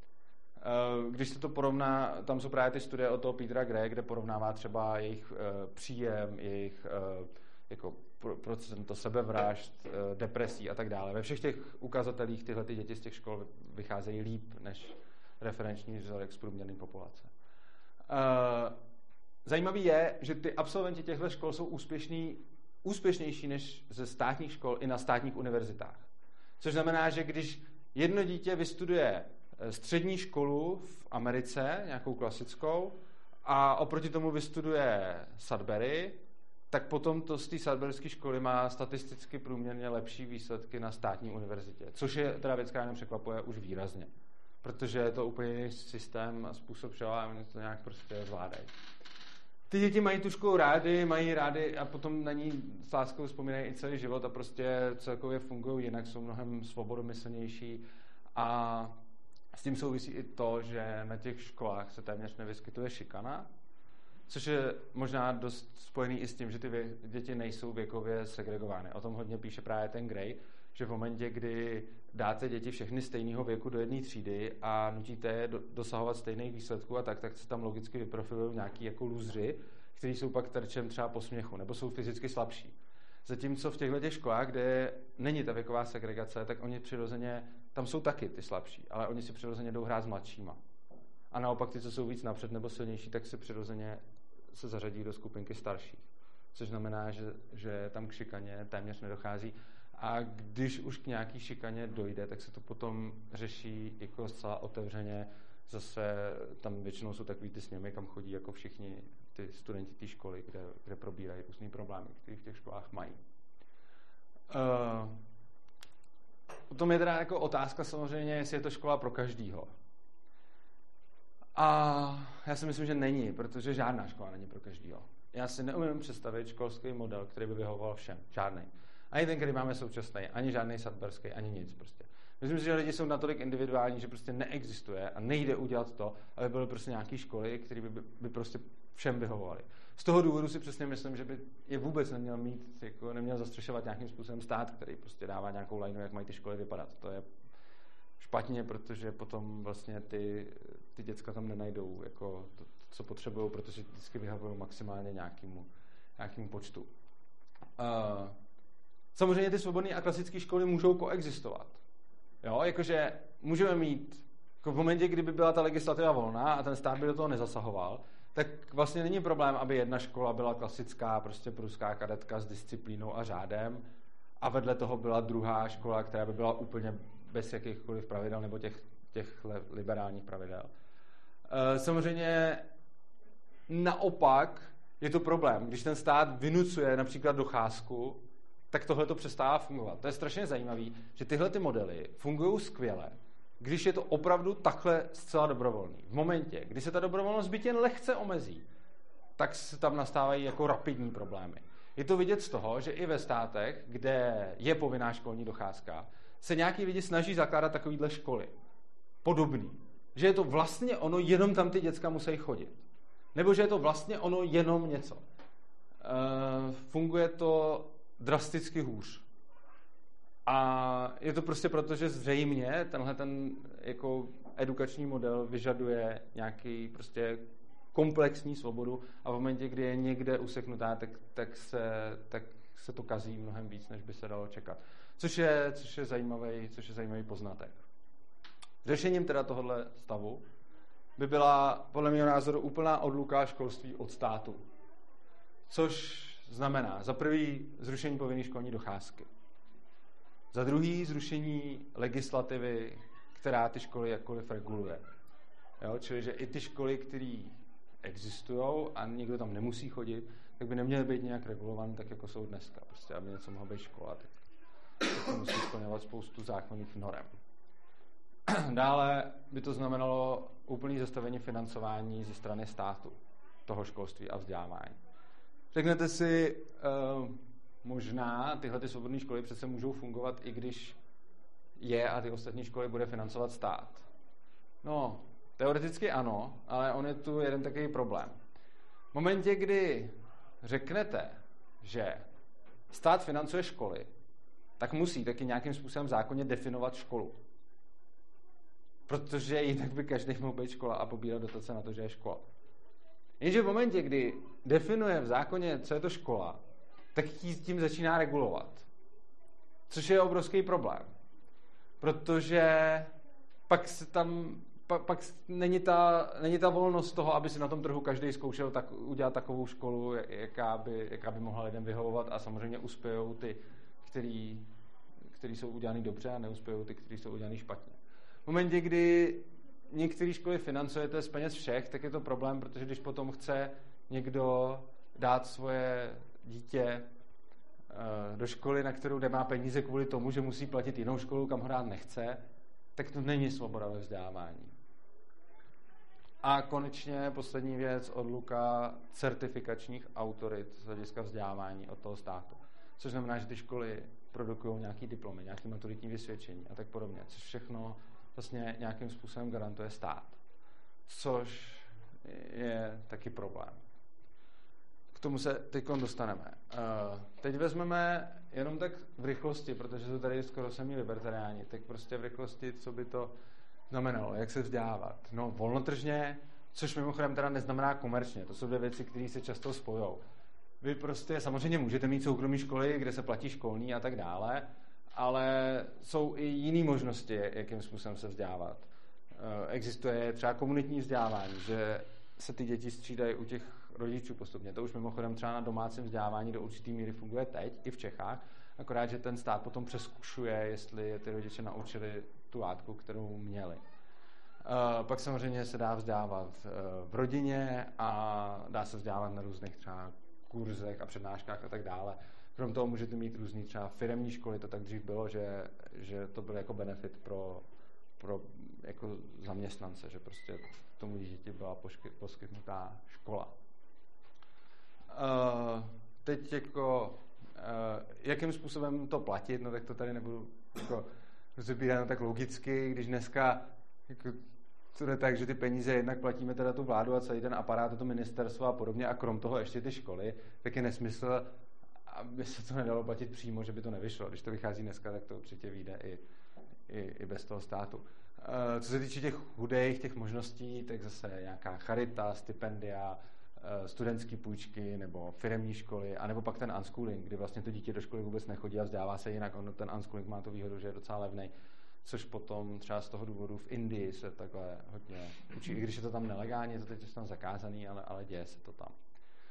Když se to porovná, tam jsou právě ty studie od toho Petera Gray, kde porovnává třeba jejich příjem, jejich jako procento sebevražd, depresí a tak dále. Ve všech těch ukazatelích tyhle ty děti z těch škol vycházejí líp než referenční vzorek z průměrné populace. Zajímavý je, že ty absolventi těchto škol jsou úspěšní, úspěšnější než ze státních škol i na státních univerzitách. Což znamená, že když jedno dítě vystuduje střední školu v Americe, nějakou klasickou, a oproti tomu vystuduje Sudbury, tak potom to z té Sudburyské školy má statisticky průměrně lepší výsledky na státní univerzitě. Což je teda věc, která mě překvapuje už výrazně. Protože je to úplně jiný systém a způsob, že oni to nějak prostě zvládají. Ty děti mají tu školu rády, mají rády a potom na ní s láskou vzpomínají i celý život a prostě celkově fungují jinak, jsou mnohem svobodomyslnější a s tím souvisí i to, že na těch školách se téměř nevyskytuje šikana, což je možná dost spojený i s tím, že ty vě- děti nejsou věkově segregovány. O tom hodně píše právě ten Gray, že v momentě, kdy dáte děti všechny stejného věku do jedné třídy a nutíte je do- dosahovat stejných výsledků a tak, tak se tam logicky vyprofilují nějaký jako lůzři, kteří jsou pak terčem třeba posměchu, nebo jsou fyzicky slabší. Zatímco v těchto těch školách, kde není ta věková segregace, tak oni přirozeně, tam jsou taky ty slabší, ale oni si přirozeně jdou hrát s mladšíma. A naopak ty, co jsou víc napřed nebo silnější, tak se přirozeně se zařadí do skupinky starších. Což znamená, že, že tam k šikaně téměř nedochází. A když už k nějaký šikaně dojde, tak se to potom řeší jako zcela otevřeně. Zase tam většinou jsou takový ty sněmy, kam chodí jako všichni ty studenti té školy, kde, kde probírají různý problémy, které v těch školách mají. Uh, potom je teda jako otázka samozřejmě, jestli je to škola pro každýho. A já si myslím, že není, protože žádná škola není pro každýho. Já si neumím představit školský model, který by vyhovoval všem. Žádný. Ani ten, který máme současný, ani žádný sudburský, ani nic prostě. Myslím si, že lidi jsou natolik individuální, že prostě neexistuje a nejde udělat to, aby byly prostě nějaké školy, které by, by prostě všem vyhovovaly. Z toho důvodu si přesně myslím, že by je vůbec neměl mít, jako neměl zastřešovat nějakým způsobem stát, který prostě dává nějakou lajnu, jak mají ty školy vypadat. To je špatně, protože potom vlastně ty, ty děcka tam nenajdou jako to, co potřebují, protože vždycky vyhovují maximálně nějakému, nějakému počtu. Uh, samozřejmě ty svobodné a klasické školy můžou koexistovat. Jo, jakože můžeme mít, jako v momentě, kdyby byla ta legislativa volná a ten stát by do toho nezasahoval, tak vlastně není problém, aby jedna škola byla klasická, prostě pruská kadetka s disciplínou a řádem a vedle toho byla druhá škola, která by byla úplně bez jakýchkoliv pravidel nebo těch, těch liberálních pravidel. E, samozřejmě naopak je to problém. Když ten stát vynucuje například docházku, tak tohle to přestává fungovat. To je strašně zajímavé, že tyhle ty modely fungují skvěle, když je to opravdu takhle zcela dobrovolný. V momentě, kdy se ta dobrovolnost byť jen lehce omezí, tak se tam nastávají jako rapidní problémy. Je to vidět z toho, že i ve státech, kde je povinná školní docházka, se nějaký lidi snaží zakládat takovýhle školy. Podobný. Že je to vlastně ono, jenom tam ty děcka musí chodit. Nebo že je to vlastně ono, jenom něco. E, funguje to drasticky hůř. A je to prostě proto, že zřejmě tenhle ten jako edukační model vyžaduje nějaký prostě komplexní svobodu a v momentě, kdy je někde useknutá, tak, tak, se, tak se to kazí mnohem víc, než by se dalo čekat. Což je, což je zajímavý, což je zajímavý poznatek. Řešením teda tohohle stavu by byla podle mého názoru úplná odluka školství od státu. Což znamená za prvý zrušení povinné školní docházky. Za druhý zrušení legislativy, která ty školy jakkoliv reguluje. Jo, čili, že i ty školy, které existují a nikdo tam nemusí chodit, tak by neměly být nějak regulované, tak jako jsou dneska. Prostě, aby něco mohlo být škola, tak, tak to musí splňovat spoustu zákonných norem. Dále by to znamenalo úplné zastavení financování ze strany státu toho školství a vzdělávání. Řeknete si, uh, možná tyhle ty svobodné školy přece můžou fungovat, i když je a ty ostatní školy bude financovat stát. No, teoreticky ano, ale on je tu jeden takový problém. V momentě, kdy řeknete, že stát financuje školy, tak musí taky nějakým způsobem zákonně definovat školu. Protože jinak by každý mohl být škola a pobírat dotace na to, že je škola. Jenže v momentě, kdy definuje v zákoně, co je to škola, tak ji tím začíná regulovat. Což je obrovský problém. Protože pak se tam pak, pak není, ta, není ta volnost toho, aby si na tom trhu každý zkoušel tak, udělat takovou školu, jaká by, jaká by mohla lidem vyhovovat a samozřejmě uspějou ty, který, který jsou udělaný dobře a neuspějou ty, kteří jsou udělaný špatně. V momentě, kdy některé školy financujete z peněz všech, tak je to problém, protože když potom chce někdo dát svoje dítě do školy, na kterou nemá peníze kvůli tomu, že musí platit jinou školu, kam ho dát nechce, tak to není svoboda ve vzdělávání. A konečně poslední věc, odluka certifikačních autorit z hlediska vzdělávání od toho státu. Což znamená, že ty školy produkují nějaký diplomy, nějaké maturitní vysvědčení a tak podobně, což všechno vlastně nějakým způsobem garantuje stát. Což je taky problém. K tomu se teď dostaneme. Teď vezmeme jenom tak v rychlosti, protože jsou tady skoro samí libertariáni, tak prostě v rychlosti, co by to znamenalo, jak se vzdělávat. No, volnotržně, což mimochodem teda neznamená komerčně. To jsou dvě věci, které se často spojou. Vy prostě samozřejmě můžete mít soukromé školy, kde se platí školní a tak dále, ale jsou i jiné možnosti, jakým způsobem se vzdělávat. Existuje třeba komunitní vzdělávání, že se ty děti střídají u těch rodičů postupně. To už mimochodem třeba na domácím vzdělávání do určitý míry funguje teď, i v Čechách, akorát, že ten stát potom přezkušuje, jestli ty rodiče naučili tu látku, kterou měli. Uh, pak samozřejmě se dá vzdělávat uh, v rodině a dá se vzdělávat na různých třeba kurzech a přednáškách a tak dále. Krom toho můžete mít různý třeba firemní školy, to tak dřív bylo, že, že to byl jako benefit pro, pro jako zaměstnance, že prostě tomu dítěti byla poskytnutá škola. Uh, teď jako uh, jakým způsobem to platit, no tak to tady nebudu jako rozebírat tak logicky, když dneska jako, to je tak, že ty peníze jednak platíme teda tu vládu a celý ten aparát, to ministerstvo a podobně a krom toho ještě ty školy, tak je nesmysl, aby se to nedalo platit přímo, že by to nevyšlo. Když to vychází dneska, tak to určitě vyjde i, i, i bez toho státu. Uh, co se týče těch chudých, těch možností, tak zase nějaká charita, stipendia, studentské půjčky nebo firemní školy, anebo pak ten unschooling, kdy vlastně to dítě do školy vůbec nechodí a vzdává se jinak. On, ten unschooling má tu výhodu, že je docela levnej, což potom třeba z toho důvodu v Indii se takhle hodně učí, i když je to tam nelegálně, je to teď tam zakázaný, ale, ale děje se to tam.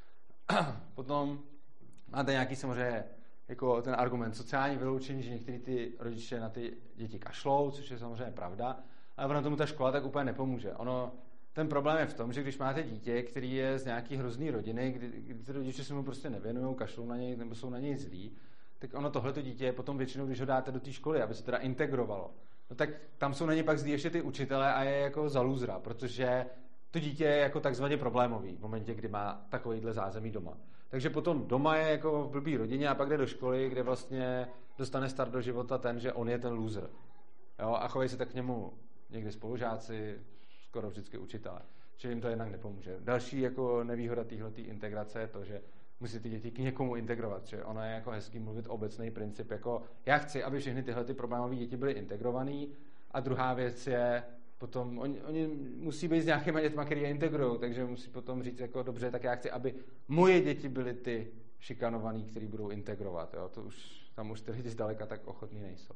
Potom máte nějaký samozřejmě jako ten argument sociální vyloučení, že některý ty rodiče na ty děti kašlou, což je samozřejmě pravda, ale ono tomu ta škola tak úplně nepomůže. Ono Ten problém je v tom, že když máte dítě, který je z nějaký hrozný rodiny, kdy, kdy ty rodiče se mu prostě nevěnují, kašlou na něj nebo jsou na něj zlí, tak ono tohleto dítě je potom většinou, když ho dáte do té školy, aby se teda integrovalo, no tak tam jsou na ně pak zlí ještě ty učitele a je jako za lůzra, protože to dítě je jako takzvaně problémový v momentě, kdy má takovýhle zázemí doma. Takže potom doma je jako v blbý rodině a pak jde do školy, kde vlastně dostane start do života ten, že on je ten loser. Jo? A chovají se tak k němu někdy spolužáci, skoro vždycky učitelé. Čili jim to jednak nepomůže. Další jako nevýhoda téhleté integrace je to, že musí ty děti k někomu integrovat. Že ono je jako hezký mluvit obecný princip, jako já chci, aby všechny tyhle ty problémové děti byly integrovaný. A druhá věc je potom, oni, oni musí být s nějakýma dětma, který je integrují, takže musí potom říct jako dobře, tak já chci, aby moje děti byly ty šikanovaný, který budou integrovat. Jo? To už, tam už ty lidi zdaleka tak ochotní nejsou.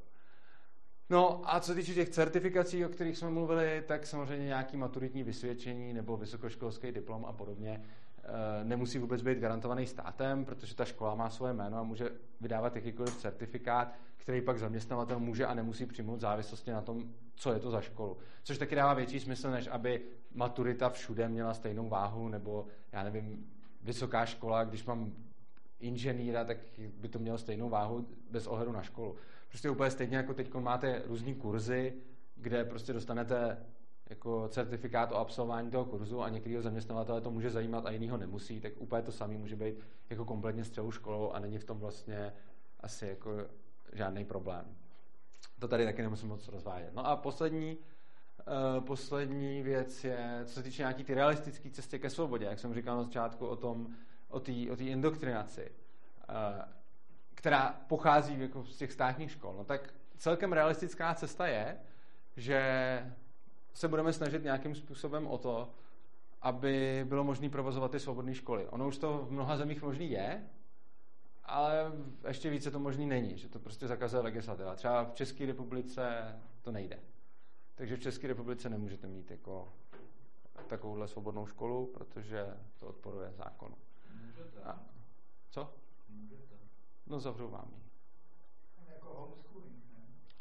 No a co týče těch certifikací, o kterých jsme mluvili, tak samozřejmě nějaký maturitní vysvědčení nebo vysokoškolský diplom a podobně e, nemusí vůbec být garantovaný státem, protože ta škola má svoje jméno a může vydávat jakýkoliv certifikát, který pak zaměstnavatel může a nemusí přijmout závislosti na tom, co je to za školu. Což taky dává větší smysl, než aby maturita všude měla stejnou váhu, nebo já nevím, vysoká škola, když mám inženýra, tak by to mělo stejnou váhu bez ohledu na školu. Prostě úplně stejně jako teď máte různý kurzy, kde prostě dostanete jako certifikát o absolvování toho kurzu a některého zaměstnavatele to může zajímat a jinýho nemusí, tak úplně to samý může být jako kompletně s celou školou a není v tom vlastně asi jako žádný problém. To tady taky nemusím moc rozvádět. No a poslední, uh, poslední věc je, co se týče nějaký ty realistické cesty ke svobodě, jak jsem říkal na začátku o tom, o té o té indoktrinaci, uh, která pochází jako z těch státních škol. No tak celkem realistická cesta je, že se budeme snažit nějakým způsobem o to, aby bylo možné provozovat ty svobodné školy. Ono už to v mnoha zemích možný je, ale ještě více to možný není, že to prostě zakazuje legislativa. Třeba v České republice to nejde. Takže v České republice nemůžete mít jako takovouhle svobodnou školu, protože to odporuje zákonu. A, co? No zavřou vám ji. Jako homeschooling, ne?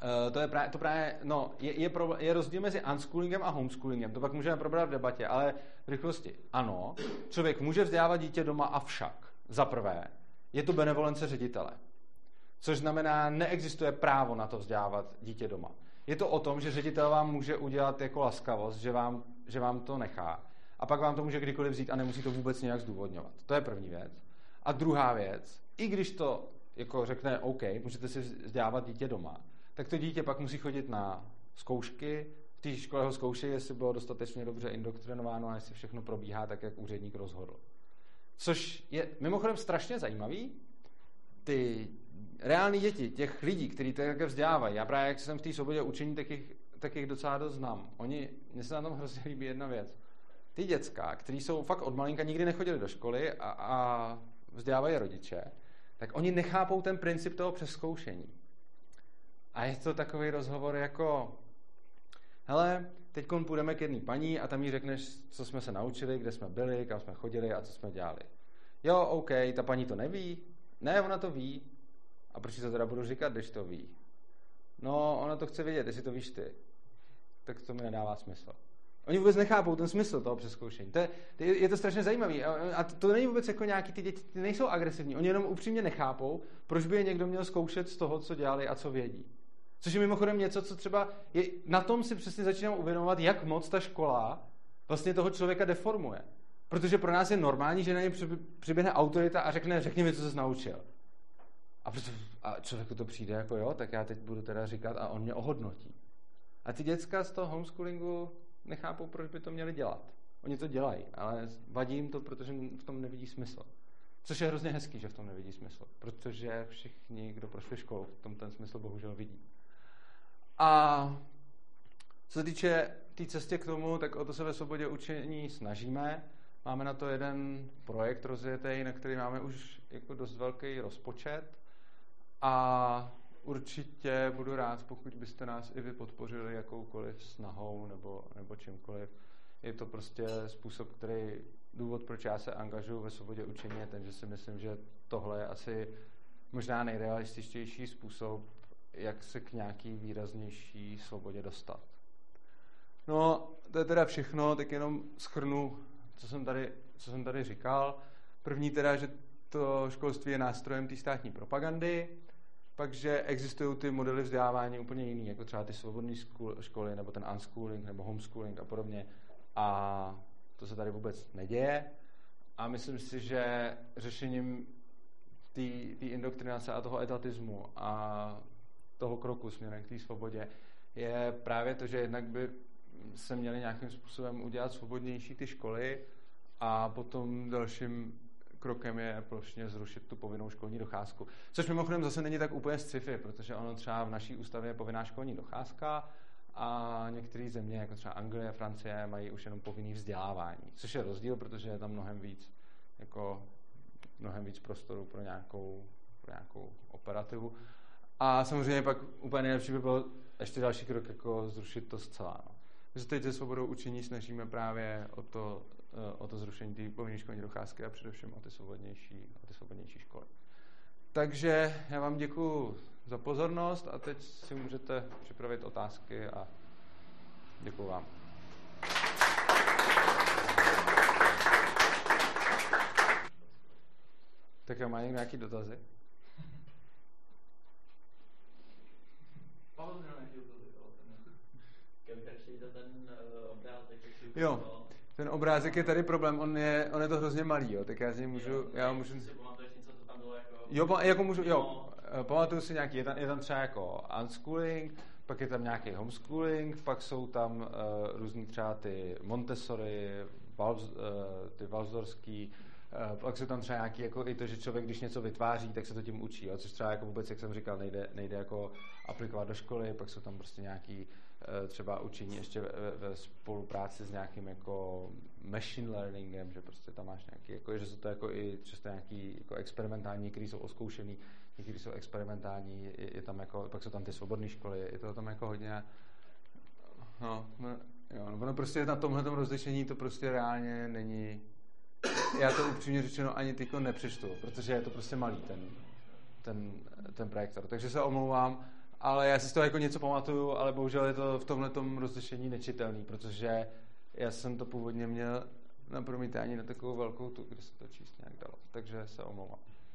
Uh, to je právě, to právě no, je, je, pro, je rozdíl mezi unschoolingem a homeschoolingem, to pak můžeme probrat v debatě, ale v rychlosti ano, člověk může vzdělávat dítě doma, avšak za prvé je to benevolence ředitele, což znamená, neexistuje právo na to vzdělávat dítě doma. Je to o tom, že ředitel vám může udělat jako laskavost, že vám, že vám to nechá a pak vám to může kdykoliv vzít a nemusí to vůbec nějak zdůvodňovat. To je první věc. A druhá věc, i když to jako řekne OK, můžete si vzdělávat dítě doma, tak to dítě pak musí chodit na zkoušky, v té škole ho zkouší, jestli bylo dostatečně dobře indoktrinováno a jestli všechno probíhá tak, jak úředník rozhodl. Což je mimochodem strašně zajímavý. Ty reální děti, těch lidí, kteří to také vzdělávají, já právě jak jsem v té svobodě učení, tak jich, tak jich docela dost znám. Oni, mně se na tom hrozně líbí jedna věc. Ty děcka, kteří jsou fakt od malinka, nikdy nechodili do školy a, a vzdělávají rodiče, tak oni nechápou ten princip toho přezkoušení. A je to takový rozhovor jako, hele, teď půjdeme k jedné paní a tam jí řekneš, co jsme se naučili, kde jsme byli, kam jsme chodili a co jsme dělali. Jo, OK, ta paní to neví? Ne, ona to ví. A proč to teda budu říkat, když to ví? No, ona to chce vědět, jestli to víš ty. Tak to mi nedává smysl. Oni vůbec nechápou ten smysl toho přezkoušení. To je, to je, je to strašně zajímavé. A to není vůbec jako nějaký, ty děti ty nejsou agresivní. Oni jenom upřímně nechápou, proč by je někdo měl zkoušet z toho, co dělali a co vědí. Což je mimochodem něco, co třeba je, na tom si přesně začínám uvědomovat, jak moc ta škola vlastně toho člověka deformuje. Protože pro nás je normální, že na něj přiběhne autorita a řekne, řekni mi, co jsi naučil. A, proto, a člověku to přijde jako jo, tak já teď budu teda říkat a on mě ohodnotí. A ty děcka z toho homeschoolingu nechápou, proč by to měli dělat. Oni to dělají, ale vadí jim to, protože v tom nevidí smysl. Což je hrozně hezký, že v tom nevidí smysl. Protože všichni, kdo prošli školu, v tom ten smysl bohužel vidí. A co se týče té tý cestě k tomu, tak o to se ve svobodě učení snažíme. Máme na to jeden projekt rozjetý, na který máme už jako dost velký rozpočet. A určitě budu rád, pokud byste nás i vy podpořili jakoukoliv snahou nebo, nebo čímkoliv. Je to prostě způsob, který, důvod, proč já se angažuji ve svobodě učení, je ten, že si myslím, že tohle je asi možná nejrealističtější způsob, jak se k nějaký výraznější svobodě dostat. No, to je teda všechno, tak jenom shrnu, co jsem tady, co jsem tady říkal. První teda, že to školství je nástrojem té státní propagandy, pak, že existují ty modely vzdělávání úplně jiný, jako třeba ty svobodné školy, nebo ten unschooling, nebo homeschooling a podobně. A to se tady vůbec neděje. A myslím si, že řešením té indoktrinace a toho etatismu a toho kroku směrem k té svobodě je právě to, že jednak by se měly nějakým způsobem udělat svobodnější ty školy a potom dalším krokem je plošně zrušit tu povinnou školní docházku. Což mimochodem zase není tak úplně sci-fi, protože ono třeba v naší ústavě je povinná školní docházka a některé země, jako třeba Anglie, Francie, mají už jenom povinný vzdělávání. Což je rozdíl, protože je tam mnohem víc, jako, mnohem víc prostoru pro nějakou, pro nějakou operativu. A samozřejmě pak úplně nejlepší by bylo ještě další krok, jako zrušit to zcela. No. My se teď se svobodou učení snažíme právě o to, o to zrušení té povinné školní docházky a především o ty svobodnější, o ty svobodnější školy. Takže já vám děkuju za pozornost a teď si můžete připravit otázky a děkuju vám. Tak já má někdo nějaký dotazy? Jo, ten obrázek je tady problém, on je, on je to hrozně malý, jo, tak já z něj můžu, já můžu... Jo, jako můžu, jo, pamatuju si nějaký, je tam, je tam třeba jako unschooling, pak je tam nějaký homeschooling, pak jsou tam uh, různý třeba ty Montessori, Valz, uh, ty Valzdorský, uh, pak jsou tam třeba nějaký jako i to, že člověk, když něco vytváří, tak se to tím učí, jo, což třeba jako vůbec, jak jsem říkal, nejde, nejde jako aplikovat do školy, pak jsou tam prostě nějaký uh, třeba učení ještě ve, ve spolupráci s nějakým jako machine learningem, že prostě tam máš nějaký, jako, že jsou to jako i často nějaký jako experimentální, některý jsou oskoušený, některý jsou experimentální, je, je tam jako, pak jsou tam ty svobodné školy, je to tam jako hodně, no, no jo, no, ono prostě na tomhletom rozlišení to prostě reálně není, já to upřímně řečeno ani tyko nepřečtu, protože je to prostě malý ten, ten, ten projektor, takže se omlouvám, ale já si z toho jako něco pamatuju, ale bohužel je to v tomhletom rozlišení nečitelný, protože já jsem to původně měl na promítání na takovou velkou tu, kde se to číst nějak dalo, takže se omlouvám.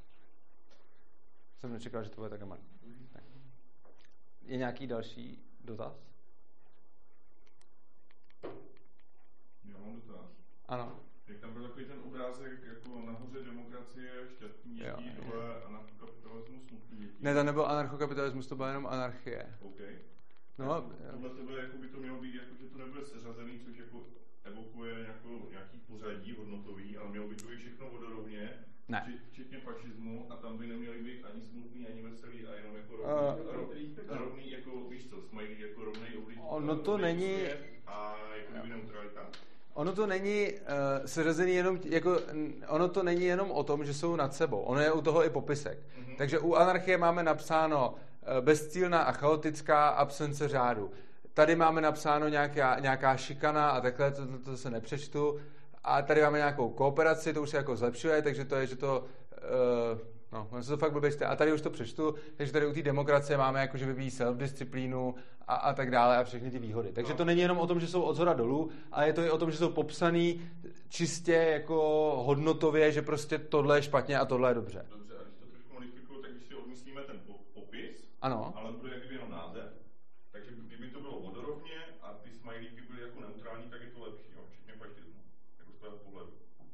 Jsem nečekal, že to bude takhle malý. Je nějaký další dotaz? Já mám dotaz. Ano. Jak tam byl takový ten obrázek, jako nahoře demokracie, šťastný dětí, dole anarchokapitalismus, smutný dětí. Ne, to nebyl anarchokapitalismus, to byla jenom anarchie. OK. No, podle tebe jako by to mělo být, jako, že to nebude seřazený, což jako evokuje nějakou, nějaký pořadí hodnotový, ale mělo by to být všechno vodorovně, ne. Včetně fašismu, a tam by neměly být ani smutný, ani veselý, a jenom jako rovný, uh, rovný jako, víš co, smajlí jako rovnej obličej. Ono to není... A jako kdyby neutralita. Ono to není uh, seřazený jenom, jako, ono to není jenom o tom, že jsou nad sebou. Ono je u toho i popisek. Mm-hmm. Takže u anarchie máme napsáno uh, bezcílná a chaotická absence řádu. Tady máme napsáno nějaká, nějaká šikana a takhle, to, to, to se nepřečtu. A tady máme nějakou kooperaci, to už se jako zlepšuje, takže to je, že to... Uh, no, on se to fakt blbě čte. A tady už to přečtu, takže tady u té demokracie máme jako, že vyvíjí self-disciplínu a, a tak dále a všechny ty výhody. Takže to není jenom o tom, že jsou od zhora dolů, ale je to i o tom, že jsou popsaný čistě jako hodnotově, že prostě tohle je špatně a tohle je dobře. Dobře, a když to trošku modifikuju, tak když si odmyslíme ten popis, ano. Ale bude jak kdyby jenom název, takže kdyby to bylo vodorovně a ty smajlíky byly jako neutrální, tak je to lepší, jo? Včetně fašismu, jako z toho pohledu.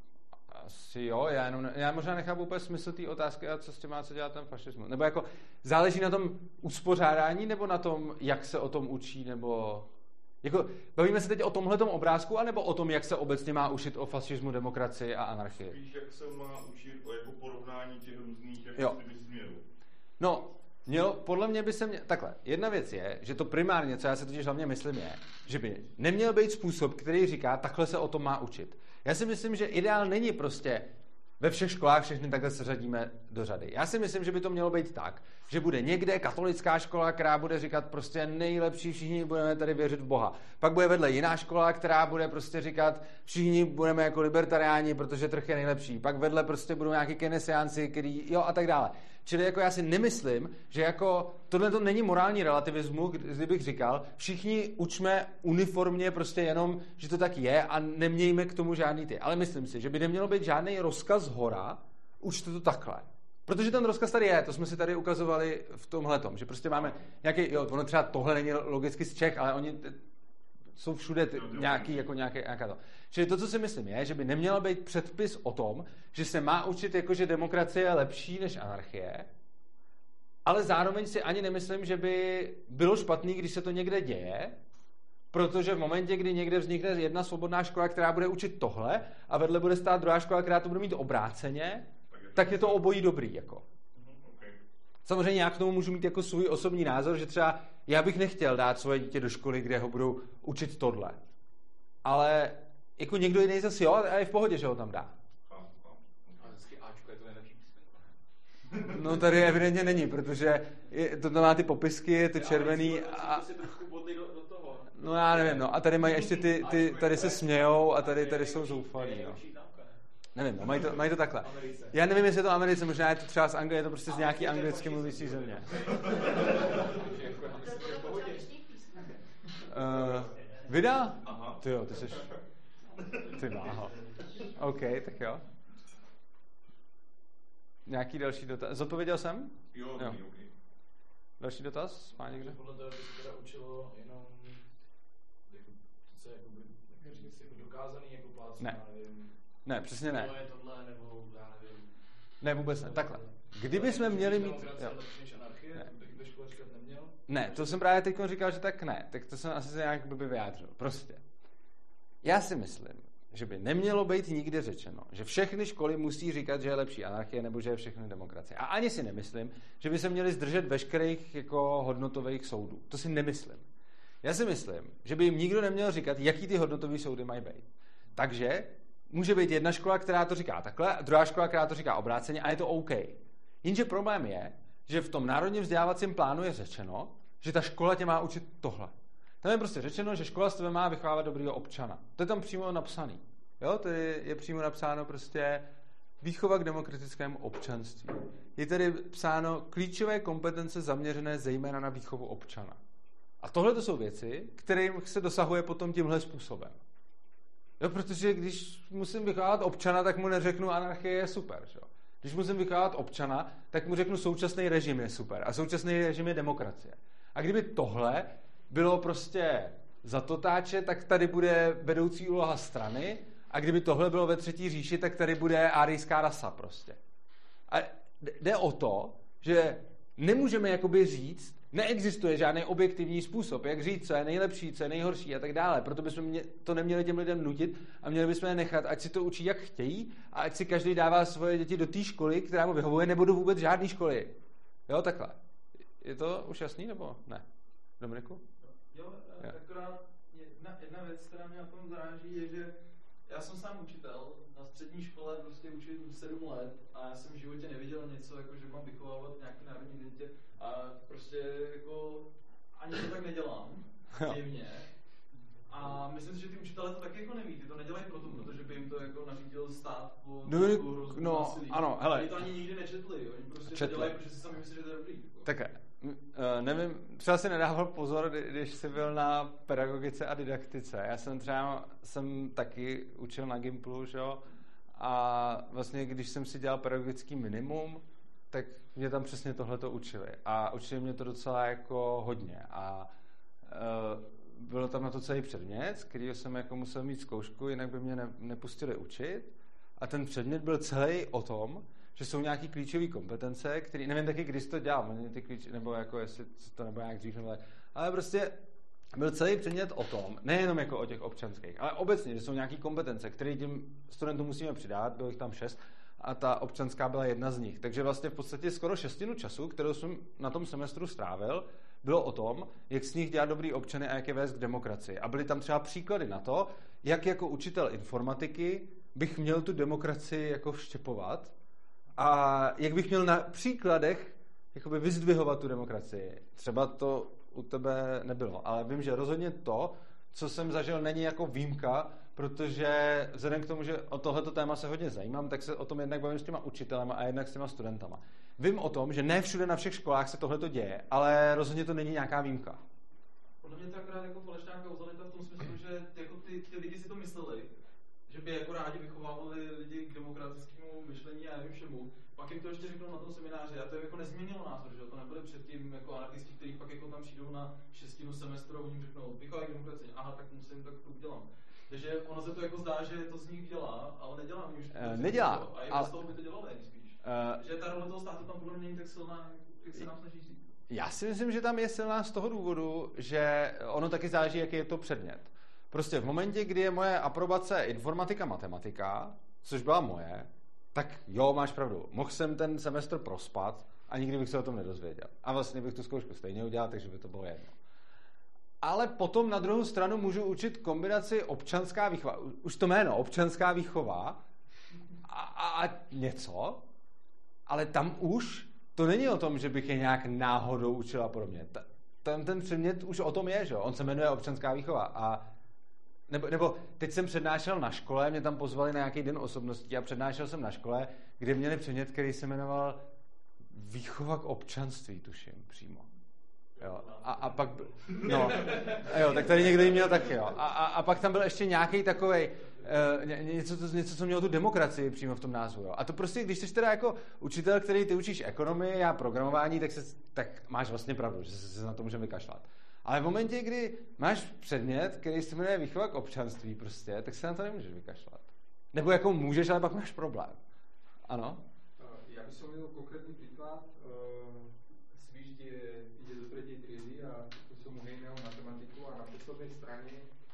Asi jo, já, jenom, já možná nechápu úplně smysl té otázky a co s tím má co dělat ten fašismus. Nebo jako záleží na tom uspořádání nebo na tom, jak se o tom učí, nebo... Jako, bavíme se teď o tomhletom obrázku, anebo o tom, jak se obecně má učit o fašismu, demokracii a anarchii? Spíš, jak se má učit o jako porovnání těch různých jako směrů. No, mělo, podle mě by se mě... Takhle, jedna věc je, že to primárně, co já se totiž hlavně myslím, je, že by neměl být způsob, který říká, takhle se o tom má učit. Já si myslím, že ideál není prostě ve všech školách všechny takhle seřadíme do řady. Já si myslím, že by to mělo být tak, že bude někde katolická škola, která bude říkat prostě nejlepší, všichni budeme tady věřit v Boha. Pak bude vedle jiná škola, která bude prostě říkat, všichni budeme jako libertariáni, protože trh je nejlepší. Pak vedle prostě budou nějaký keynesiánci, který, jo a tak dále. Čili jako já si nemyslím, že jako tohle to není morální relativismus, kdybych říkal, všichni učme uniformně prostě jenom, že to tak je a nemějme k tomu žádný ty. Ale myslím si, že by nemělo být žádný rozkaz zhora, učte to takhle. Protože ten rozkaz tady je, to jsme si tady ukazovali v tomhletom, že prostě máme nějaký, jo, ono třeba tohle není logicky z Čech, ale oni jsou všude ty, nějaký, jako nějaké, nějaká to. Čili to, co si myslím, je, že by neměl být předpis o tom, že se má učit, jako, že demokracie je lepší než anarchie, ale zároveň si ani nemyslím, že by bylo špatný, když se to někde děje, protože v momentě, kdy někde vznikne jedna svobodná škola, která bude učit tohle a vedle bude stát druhá škola, která to bude mít obráceně, tak je to obojí dobrý. Jako. Samozřejmě já k tomu můžu mít jako svůj osobní názor, že třeba já bych nechtěl dát svoje dítě do školy, kde ho budou učit tohle. Ale jako někdo jiný zase jo, a je v pohodě, že ho tam dá. No tady evidentně není, protože je, to má ty popisky, je to červený a... No já nevím, no a tady mají ještě ty, ty tady se smějou a tady, tady jsou zoufalí, no. Nevím, no, mají, to, mají to takhle. Já nevím, jestli je to Americe, možná je to třeba z Anglie, je to prostě z nějaký anglicky mluvící země. Uh, Vida? Ty jo, ty seš... Ty máho. OK, tak jo. Nějaký další dotaz? Zodpověděl jsem? Jo, jo. Okay. Další dotaz? Má někdo? Podle toho by se teda učilo jenom jako, co je jakoby, jak říct, jako dokázaný jako plácná, ne. nevím. Ne, přesně ne. Tohle je tohle, nebo já nevím. Ne, vůbec ne. Takhle. Kdyby jsme měli mít... Ne. ne, to jsem právě teď říkal, že tak ne. Tak to jsem asi se nějak by vyjádřil. Prostě. Já si myslím, že by nemělo být nikdy řečeno, že všechny školy musí říkat, že je lepší anarchie nebo že je všechny demokracie. A ani si nemyslím, že by se měli zdržet veškerých jako hodnotových soudů. To si nemyslím. Já si myslím, že by jim nikdo neměl říkat, jaký ty hodnotové soudy mají být. Takže může být jedna škola, která to říká takhle, a druhá škola, která to říká obráceně a je to OK. Jenže problém je, že v tom národním vzdělávacím plánu je řečeno, že ta škola tě má učit tohle. Tam je prostě řečeno, že škola z tebe má vychovávat dobrýho občana. To je tam přímo napsaný. Jo, to je, je přímo napsáno prostě výchova k demokratickému občanství. Je tady psáno klíčové kompetence zaměřené zejména na výchovu občana. A tohle to jsou věci, kterým se dosahuje potom tímhle způsobem. Jo, protože když musím vychovávat občana, tak mu neřeknu anarchie je super. Že? Když musím vychovávat občana, tak mu řeknu současný režim je super. A současný režim je demokracie. A kdyby tohle bylo prostě za totáče, tak tady bude vedoucí úloha strany. A kdyby tohle bylo ve třetí říši, tak tady bude árijská rasa prostě. A jde o to, že nemůžeme jakoby říct, neexistuje žádný objektivní způsob, jak říct, co je nejlepší, co je nejhorší a tak dále. Proto bychom mě, to neměli těm lidem nutit a měli bychom je nechat, ať si to učí, jak chtějí a ať si každý dává svoje děti do té školy, která mu vyhovuje, nebo do vůbec žádné školy. Jo, takhle. Je to už jasný, nebo ne? Dominiku? Jo, akorát jedna, jedna věc, která mě na tom zaráží, je, že já jsem sám učitel, na střední škole prostě učím sedm let a já jsem v životě neviděl něco, jako že mám vychovávat nějaký národní dítě a prostě jako ani to tak nedělám, zjevně. A myslím si, že ty učitelé to taky jako neví, ty to nedělají proto, protože by jim to jako nařídil stát po no, no násilí. Ano, hele. Oni to ani nikdy nečetli, jo? Oni prostě Četli. to dělají, protože si sami myslí, že to je dobrý. Jako. Tak uh, nevím, třeba si nedával pozor, když jsi byl na pedagogice a didaktice. Já jsem třeba jsem taky učil na Gimplu, že jo? A vlastně, když jsem si dělal pedagogický minimum, tak mě tam přesně tohleto učili. A učili mě to docela jako hodně. A uh, bylo tam na to celý předmět, z kterého jsem jako musel mít zkoušku, jinak by mě ne, nepustili učit. A ten předmět byl celý o tom, že jsou nějaký klíčové kompetence, které, nevím taky, kdy jsi to dělal, ty klíč, nebo jako jestli to nebo nějak dřív, nebo, ale prostě byl celý předmět o tom, nejenom jako o těch občanských, ale obecně, že jsou nějaké kompetence, které těm studentům musíme přidat, bylo jich tam šest, a ta občanská byla jedna z nich. Takže vlastně v podstatě skoro šestinu času, kterou jsem na tom semestru strávil, bylo o tom, jak z nich dělat dobrý občany a jak je vést k demokracii. A byly tam třeba příklady na to, jak jako učitel informatiky bych měl tu demokracii jako vštěpovat a jak bych měl na příkladech jakoby vyzdvihovat tu demokracii. Třeba to u tebe nebylo, ale vím, že rozhodně to, co jsem zažil, není jako výjimka, protože vzhledem k tomu, že o tohleto téma se hodně zajímám, tak se o tom jednak bavím s těma učitelema a jednak s těma studentama. Vím o tom, že ne všude na všech školách se tohleto děje, ale rozhodně to není nějaká výjimka. Podle mě to je akorát jako falešná kauzalita v tom smyslu, že jako ty, ty lidi si to mysleli, že by jako rádi vychovávali lidi k demokratickému myšlení a nevím všemu. Pak jim to ještě řeknou na tom semináři a to je jako nezměnilo názor, že to nebyly předtím jako anarchisti, kteří pak jako tam přijdou na šestinu semestru a oni řeknou, vychovávej k demokracii, aha, tak musím, tak to udělám. Takže ono se to jako zdá, že to z nich dělá, ale nedělá už. Uh, nedělá. A i ale... bez toho by to dělalo nejspíš. Uh... Že ta role toho státu tam podle mě není tak silná, jak se nám snaží říct. Já si myslím, že tam je silná z toho důvodu, že ono taky záleží, jaký je to předmět. Prostě v momentě, kdy je moje aprobace informatika, matematika, což byla moje, tak jo, máš pravdu. Mohl jsem ten semestr prospat a nikdy bych se o tom nedozvěděl. A vlastně bych tu zkoušku stejně udělal, takže by to bylo jedno. Ale potom na druhou stranu můžu učit kombinaci občanská výchova. Už to jméno, občanská výchova a, a, a něco, ale tam už to není o tom, že bych je nějak náhodou učil a podobně. Ten, ten předmět už o tom je, že? On se jmenuje občanská výchova. A nebo, nebo teď jsem přednášel na škole, mě tam pozvali na nějaký den osobností a přednášel jsem na škole, kde měli předmět, který se jmenoval výchova k občanství, tuším, přímo. Jo. A, a pak, no, jo, tak tady někdo měl taky, jo. A, a, a pak tam byl ještě nějaký takovej, uh, ně, něco, to, něco, co mělo tu demokracii přímo v tom názvu, jo. A to prostě, když jsi teda jako učitel, který ty učíš ekonomii a programování, tak, se, tak máš vlastně pravdu, že se na to můžeme vykašlat. Ale v momentě, kdy máš předmět, který se jmenuje výchova k občanství prostě, tak se na to nemůžeš vykašlat. Nebo jako můžeš, ale pak máš problém. Ano? Já bych měl konkrétní příklad. Svíš, kde jde do třetí triedy a to jsou hejného matematiku a na poslednej strane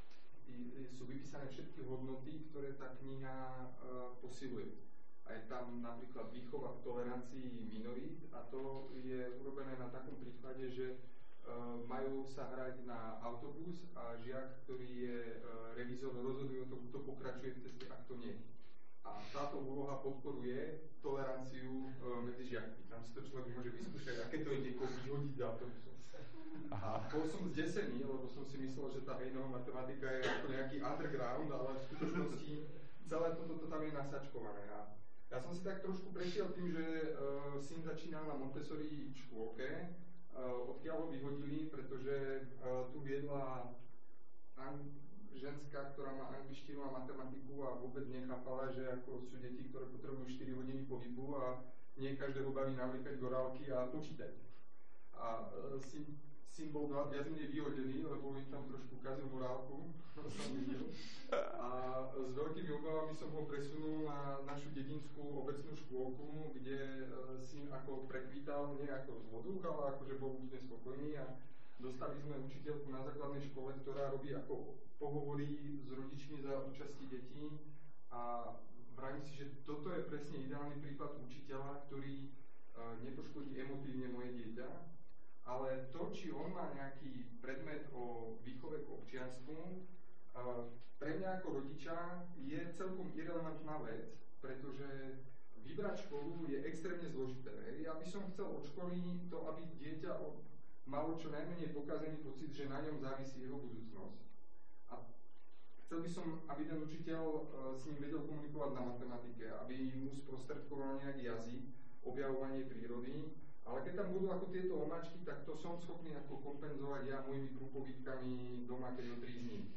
sú vypísané všetky hodnoty, ktoré tá kniha posiluje. A je tam napríklad výchova k tolerancii minorít a to je urobené na takom príklade, že majú sa hrať na autobus a žiak, ktorý je revizor, rozhoduje o tom, kto pokračuje v ceste a kto nie. A táto úloha podporuje toleranciu medzi žiakmi. Tam si to človek môže vyskúšať, aké to je niekoho vyhodiť z autobusu. A bol som zdesený, lebo som si myslel, že tá hejnová matematika je ako nejaký underground, ale v skutočnosti celé toto to tam je nasačkované. A Ja som si tak trošku prešiel tým, že uh, syn začínal na Montessori škôlke, uh, odkiaľ ho vyhodili, pretože uh, tu viedla an- ženská, ktorá má angličtinu a matematiku a vôbec nechápala, že ako sú deti, ktoré potrebujú štyri hodiny pohybu a nie každého baví navliekať gorálky a počítať. A uh, syn, syn bol viac menej vyhodený, lebo im tam trošku kazil morálku. A s veľkými obavami som ho presunul na našu dedinskú obecnú škôlku, kde uh, syn ako prekvítal, nie ako zvodúk, ale akože bol úplne spokojný a dostali sme učiteľku na základnej škole, ktorá robí ako pohovory s rodičmi za účasti detí a vravím si, že toto je presne ideálny príklad učiteľa, ktorý uh, nepoškodí emotívne moje dieťa, ale to, či on má nejaký predmet o výchove k občianstvu, uh, pre mňa ako rodiča je celkom irelevantná vec, pretože vybrať školu je extrémne zložité. Ja by som chcel od školy to, aby dieťa od malo čo najmenej pokazený pocit, že na ňom závisí jeho budúcnosť. A chcel by som, aby ten učiteľ uh, s ním vedel komunikovať na matematike, aby mu sprostredkoval nejaký jazyk, objavovanie prírody, ale keď tam budú ako tieto omáčky, tak to som schopný ako kompenzovať ja mojimi prúpovídkami doma, keď ho trízním.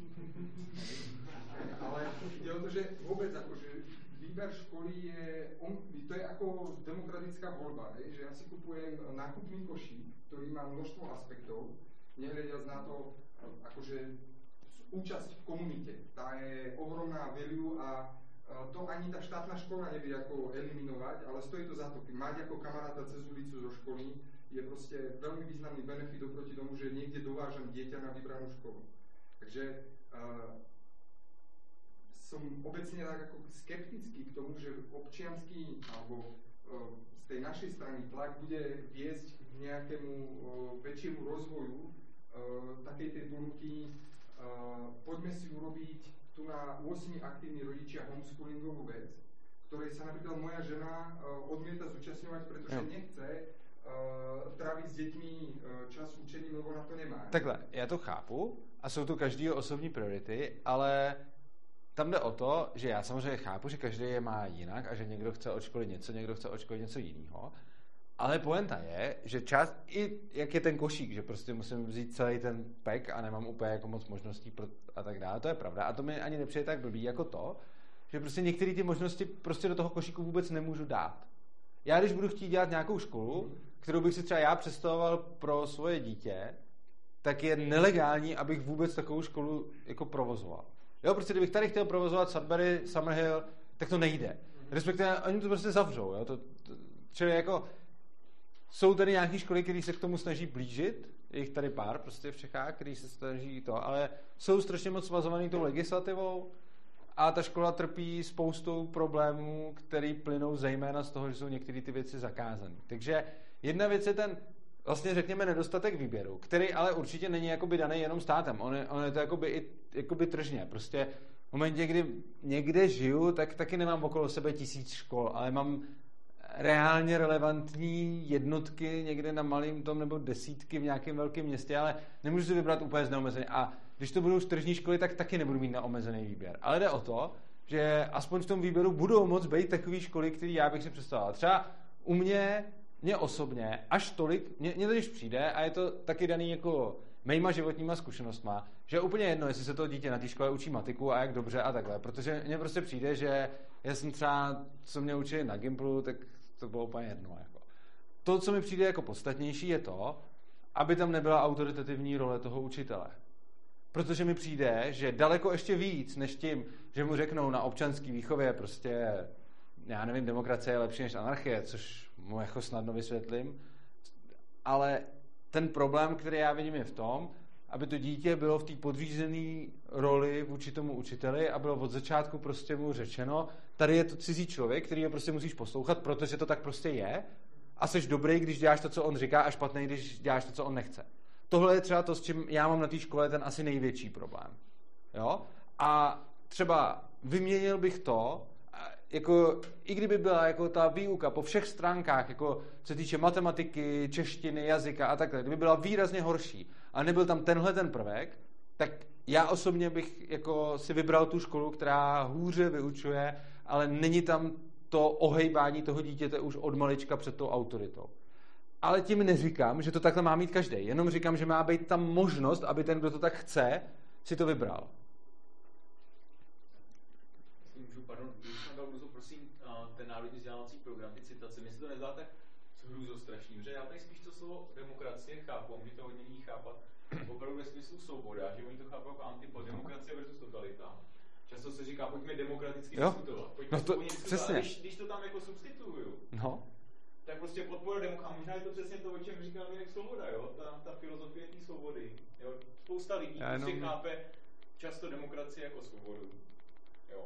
Ale ide o to, že vôbec akože výber školy je, on, to je ako demokratická voľba, že ja si kupujem nákupný košík, ktorý má množstvo aspektov, nehľadiac na to, akože účasť v komunite. Tá je ohromná value a to ani tá štátna škola nevie ako eliminovať, ale stojí to za to. Mať ako kamaráta cez ulicu zo školy je proste veľmi významný benefit oproti tomu, že niekde dovážam dieťa na vybranú školu. Takže uh, som obecne tak ako skeptický k tomu, že občiansky alebo uh, z tej našej strany tlak bude viesť k nejakému uh, väčšiemu rozvoju uh, takej tej ponuky. Uh, poďme si urobiť tu na osem aktívni rodičia homeschoolingovú vec, ktorej sa napríklad moja žena uh, odmieta zúčastňovať, pretože jo. nechce uh, tráviť s deťmi uh, čas učením, lebo na to nemá. Takhle, já to chápu a jsou to každýho osobní priority, ale tam jde o to, že já samozřejmě chápu, že každý je má jinak a že někdo chce od školy něco, někdo chce od školy něco jiného. Ale poenta je, že část, i jak je ten košík, že prostě musím vzít celý ten pack a nemám úplně jako moc možností pro, a tak dále, to je pravda. A to mi ani nepřijde tak blbý jako to, že prostě některé ty možnosti prostě do toho košíku vůbec nemůžu dát. Já když budu chtít dělat nějakou školu, kterou bych si třeba já představoval pro svoje dítě, tak je nelegální, abych vůbec takovou školu jako provozoval. Jo, prostě kdybych tady chtěl provozovat Sudbury, Summerhill, tak to nejde. Respektive oni to prostě zavřou, jo, to, to, čili jako jsou tady nějaké školy, které se k tomu snaží blížit, je jich tady pár prostě v Čechách, který se snaží to, ale jsou strašně moc svazovaný tou legislativou a ta škola trpí spoustou problémů, které plynou zejména z toho, že jsou některé ty věci zakázané. Takže jedna věc je ten, vlastně řekněme, nedostatek výběru, který ale určitě není jakoby daný jenom státem, on je, on je to jakoby i jakoby tržně, prostě v momentě, kdy někde žiju, tak taky nemám okolo sebe tisíc škol, ale mám reálně relevantní jednotky někde na malým tom nebo desítky v nějakém velkém městě, ale nemůžu si vybrat úplně z neomezený. A když to budou tržní školy, tak taky nebudu mít neomezený výběr. Ale jde o to, že aspoň v tom výběru budou moc být takové školy, které já bych si představoval. Třeba u mě, mě osobně, až tolik, mně, mně to když přijde, a je to taky daný jako mýma životníma zkušenostma, že je úplně jedno, jestli se to dítě na té škole učí matiku a jak dobře a takhle, protože mně prostě přijde, že já jsem třeba, co mě učili na Gimplu, tak to bylo úplně jedno. Jako. To, co mi přijde jako podstatnější, je to, aby tam nebyla autoritativní role toho učitele. Protože mi přijde, že daleko ještě víc, než tím, že mu řeknou na občanský výchově prostě, já nevím, demokracie je lepší než anarchie, což mu jako snadno vysvětlím, ale ten problém, který já vidím, je v tom, aby to dítě bylo v té podřízené roli vůči tomu učiteli a bylo od začátku prostě mu řečeno, tady je to cizí člověk, který ho prostě musíš poslouchat, protože to tak prostě je a jsi dobrý, když děláš to, co on říká, a špatný, když děláš to, co on nechce. Tohle je třeba to, s čím já mám na té škole ten asi největší problém. Jo? A třeba vyměnil bych to, jako, i kdyby byla jako ta výuka po všech stránkách, jako co týče matematiky, češtiny, jazyka a takhle, kdyby byla výrazně horší a nebyl tam tenhle ten prvek, tak já osobně bych jako si vybral tu školu, která hůře vyučuje, ale není tam to ohejbání toho dítěte už od malička před tou autoritou. Ale tím neříkám, že to takhle má mít každý. Jenom říkám, že má být tam možnost, aby ten, kdo to tak chce, si to vybral. Můžu, pardon, když jsem dal hrůzu, prosím, ten národní vzdělávací program, ty citace, mi se to nezdá tak hrůzostrašný, protože já tady spíš to slovo demokracie chápu, může to hodně lidí chápat, opravdu ve smyslu svoboda, že oni to chápou jako antipod, demokracie versus totalita. Často se říká, pojďme demokraticky jo? diskutovat, pojďme no to, diskutovat, když, když to tam jako substituju, no. tak prostě podpora demokracie, a možná je to přesně to, o čem říkal Mirek Svoboda, jo? Ta, ta filozofie té svobody. Jo? Spousta lidí já prostě jenom... chápe často demokracii jako svobodu. Jo.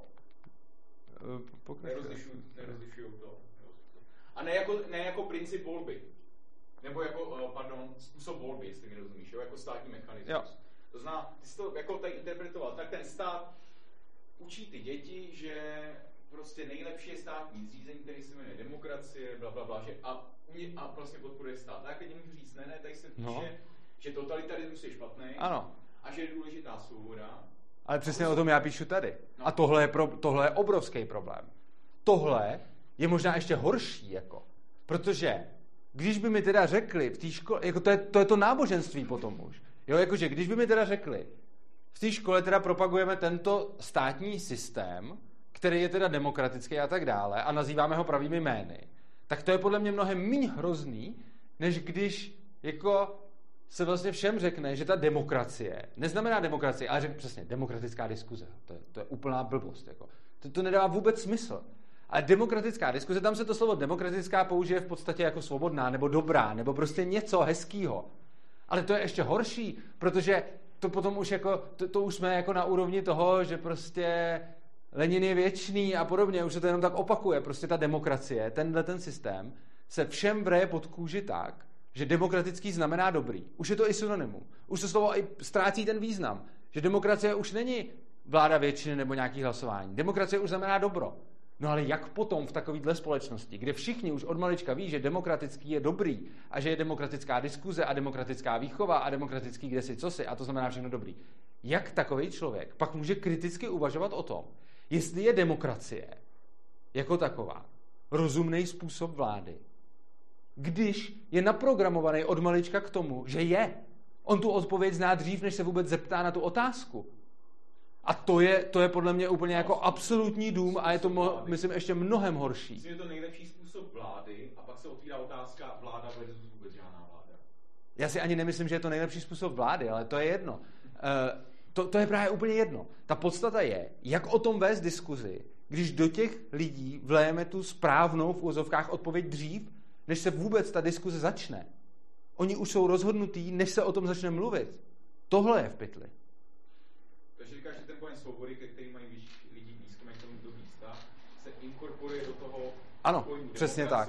Nerozlišují to. A ne jako, ne jako princip volby. Nebo jako, pardon, způsob volby, jestli mi rozumíš, jo? Jako státní mechanismus. Jo. To znamená, ty jsi to jako tady interpretoval, tak ten stát učí ty děti, že prostě nejlepší je státní zřízení, který se jmenuje demokracie, bla, bla, bla, že a, a vlastně podporuje stát. A jak teď můžu říct, ne, ne, tady se píše, no. že totalitarismus je špatný ano. a že je důležitá svoboda. Ale přesně o tom já píšu tady. No. A tohle je, pro, tohle je obrovský problém. Tohle je možná ještě horší, jako, protože když by mi teda řekli v té škole, jako to je, to je to náboženství potom už, jo, jakože když by mi teda řekli, v té škole teda propagujeme tento státní systém, který je teda demokratický a tak dále a nazýváme ho pravými jmény, tak to je podle mě mnohem méně hrozný, než když jako se vlastně všem řekne, že ta demokracie neznamená demokracie, ale řekne přesně demokratická diskuze. To je, to je úplná blbost. Jako. To, to nedává vůbec smysl. Ale demokratická diskuze, tam se to slovo demokratická použije v podstatě jako svobodná nebo dobrá, nebo prostě něco hezkýho. Ale to je ještě horší, protože to potom už jako, to, to už jsme jako na úrovni toho, že prostě Lenin je věčný a podobně, už se to jenom tak opakuje. Prostě ta demokracie, tenhle ten systém se všem vreje pod kůži tak, že demokratický znamená dobrý. Už je to i synonymum. Už to slovo i ztrácí ten význam, že demokracie už není vláda většiny nebo nějaký hlasování. Demokracie už znamená dobro. No ale jak potom v takovéhle společnosti, kde všichni už od malička ví, že demokratický je dobrý a že je demokratická diskuze a demokratická výchova a demokratický kdesi cosi a to znamená všechno dobrý. Jak takový člověk pak může kriticky uvažovat o tom, jestli je demokracie jako taková rozumný způsob vlády, když je naprogramovaný od malička k tomu, že je. On tu odpověď zná dřív, než se vůbec zeptá na tu otázku. A to je, to je podle mě úplně jako absolutní dům a je to, mo, myslím, ještě mnohem horší. Myslím, je to nejlepší způsob vlády a pak se otvírá otázka vláda versus vůbec žádná vláda. Já si ani nemyslím, že je to nejlepší způsob vlády, ale to je jedno. Uh, to, to je právě úplně jedno. Ta podstata je, jak o tom vést diskuzi, když do těch lidí vlejeme tu správnou v úvozovkách odpověď dřív, než se vůbec ta diskuze začne. Oni už jsou rozhodnutí, než se o tom začne mluvit. Tohle je v pytli. Takže říkáš, že ten pojem svobody, ke který mají lidi blízko, mají tomu dobrý vztah, se inkorporuje do toho ano, pojmu přesně tak.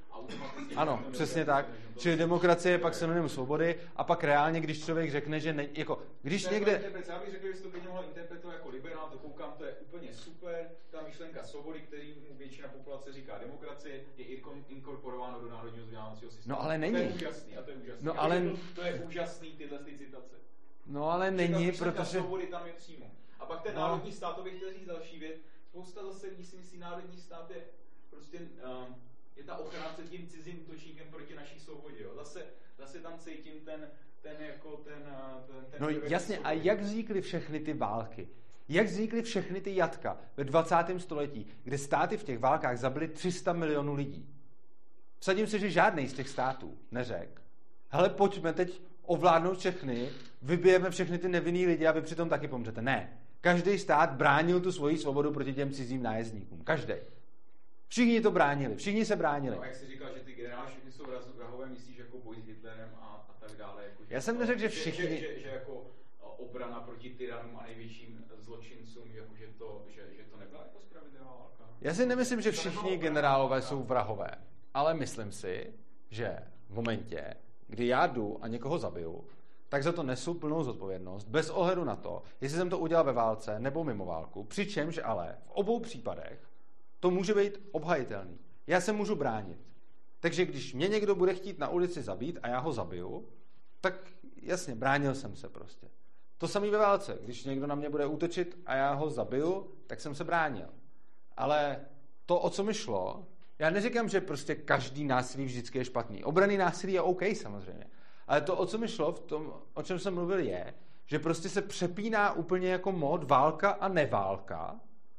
Ano, přesně tak. Čili demokracie je pak synonym svobody a pak reálně, když člověk řekne, že ne, jako, když to někde... Já bych řekl, že to klidně mohla interpretovat jako liberál, to koukám, to je úplně super, ta myšlenka svobody, který většina populace říká demokracie, je inkorporováno do národního vzdělávacího systému. No ale není. To je úžasný a to je úžasný. No, ale... to, to je úžasný, tyhle ty citace. No ale není, protože... svobody tam je přímo. A pak ten no. národní stát, to bych chtěl říct další věc, spousta zase lidí si myslí, národní stát je prostě... Um, je ta ochrana před tím cizím útočníkem proti naší svobodě. Jo. Zase, zase tam cítím ten, ten jako ten... ten, ten no jasně, svobody. A jak vznikly všechny ty války? Jak vznikly všechny ty jatka ve dvacátém století, kde státy v těch válkách zabily tři sta milionů lidí? Vsadím si, že žádný z těch států neřekl. Hele, pojďme teď ovládnout všechny, vybijeme všechny ty nevinný lidi a vy přitom taky pomřete. Ne. Každý stát bránil tu svoji svobodu proti těm cizím nájezdníkům. Každý. Všichni to bránili, všichni se bránili. No, jak jsi říkal, že ty generály všichni jsou vrahové, myslíš jako boj s Hitlerem a, a tak dále. Jako, Já jsem neřekl, že všichni... Že, že, že jako obrana proti tyranům a největším zločincům, jako, že, to, že, že to nebyla jako spravedlivá válka. Já si nemyslím, že všichni generálové jsou vrahové, ale myslím si, že v momentě, kdy já jdu a někoho zabiju, tak za to nesu plnou zodpovědnost, bez ohledu na to, jestli jsem to udělal ve válce nebo mimo válku, přičemž ale v obou případech to může být obhajitelný. Já se můžu bránit. Takže když mě někdo bude chtít na ulici zabít a já ho zabiju, tak jasně, bránil jsem se prostě. To samé ve válce. Když někdo na mě bude útočit a já ho zabiju, tak jsem se bránil. Ale to, o co mi šlo, já neříkám, že prostě každý násilí vždycky je špatný. Obranný násilí je OK samozřejmě. Ale to, o co mi šlo v tom, o čem jsem mluvil, je, že prostě se přepíná úplně jako mod válka a neválka.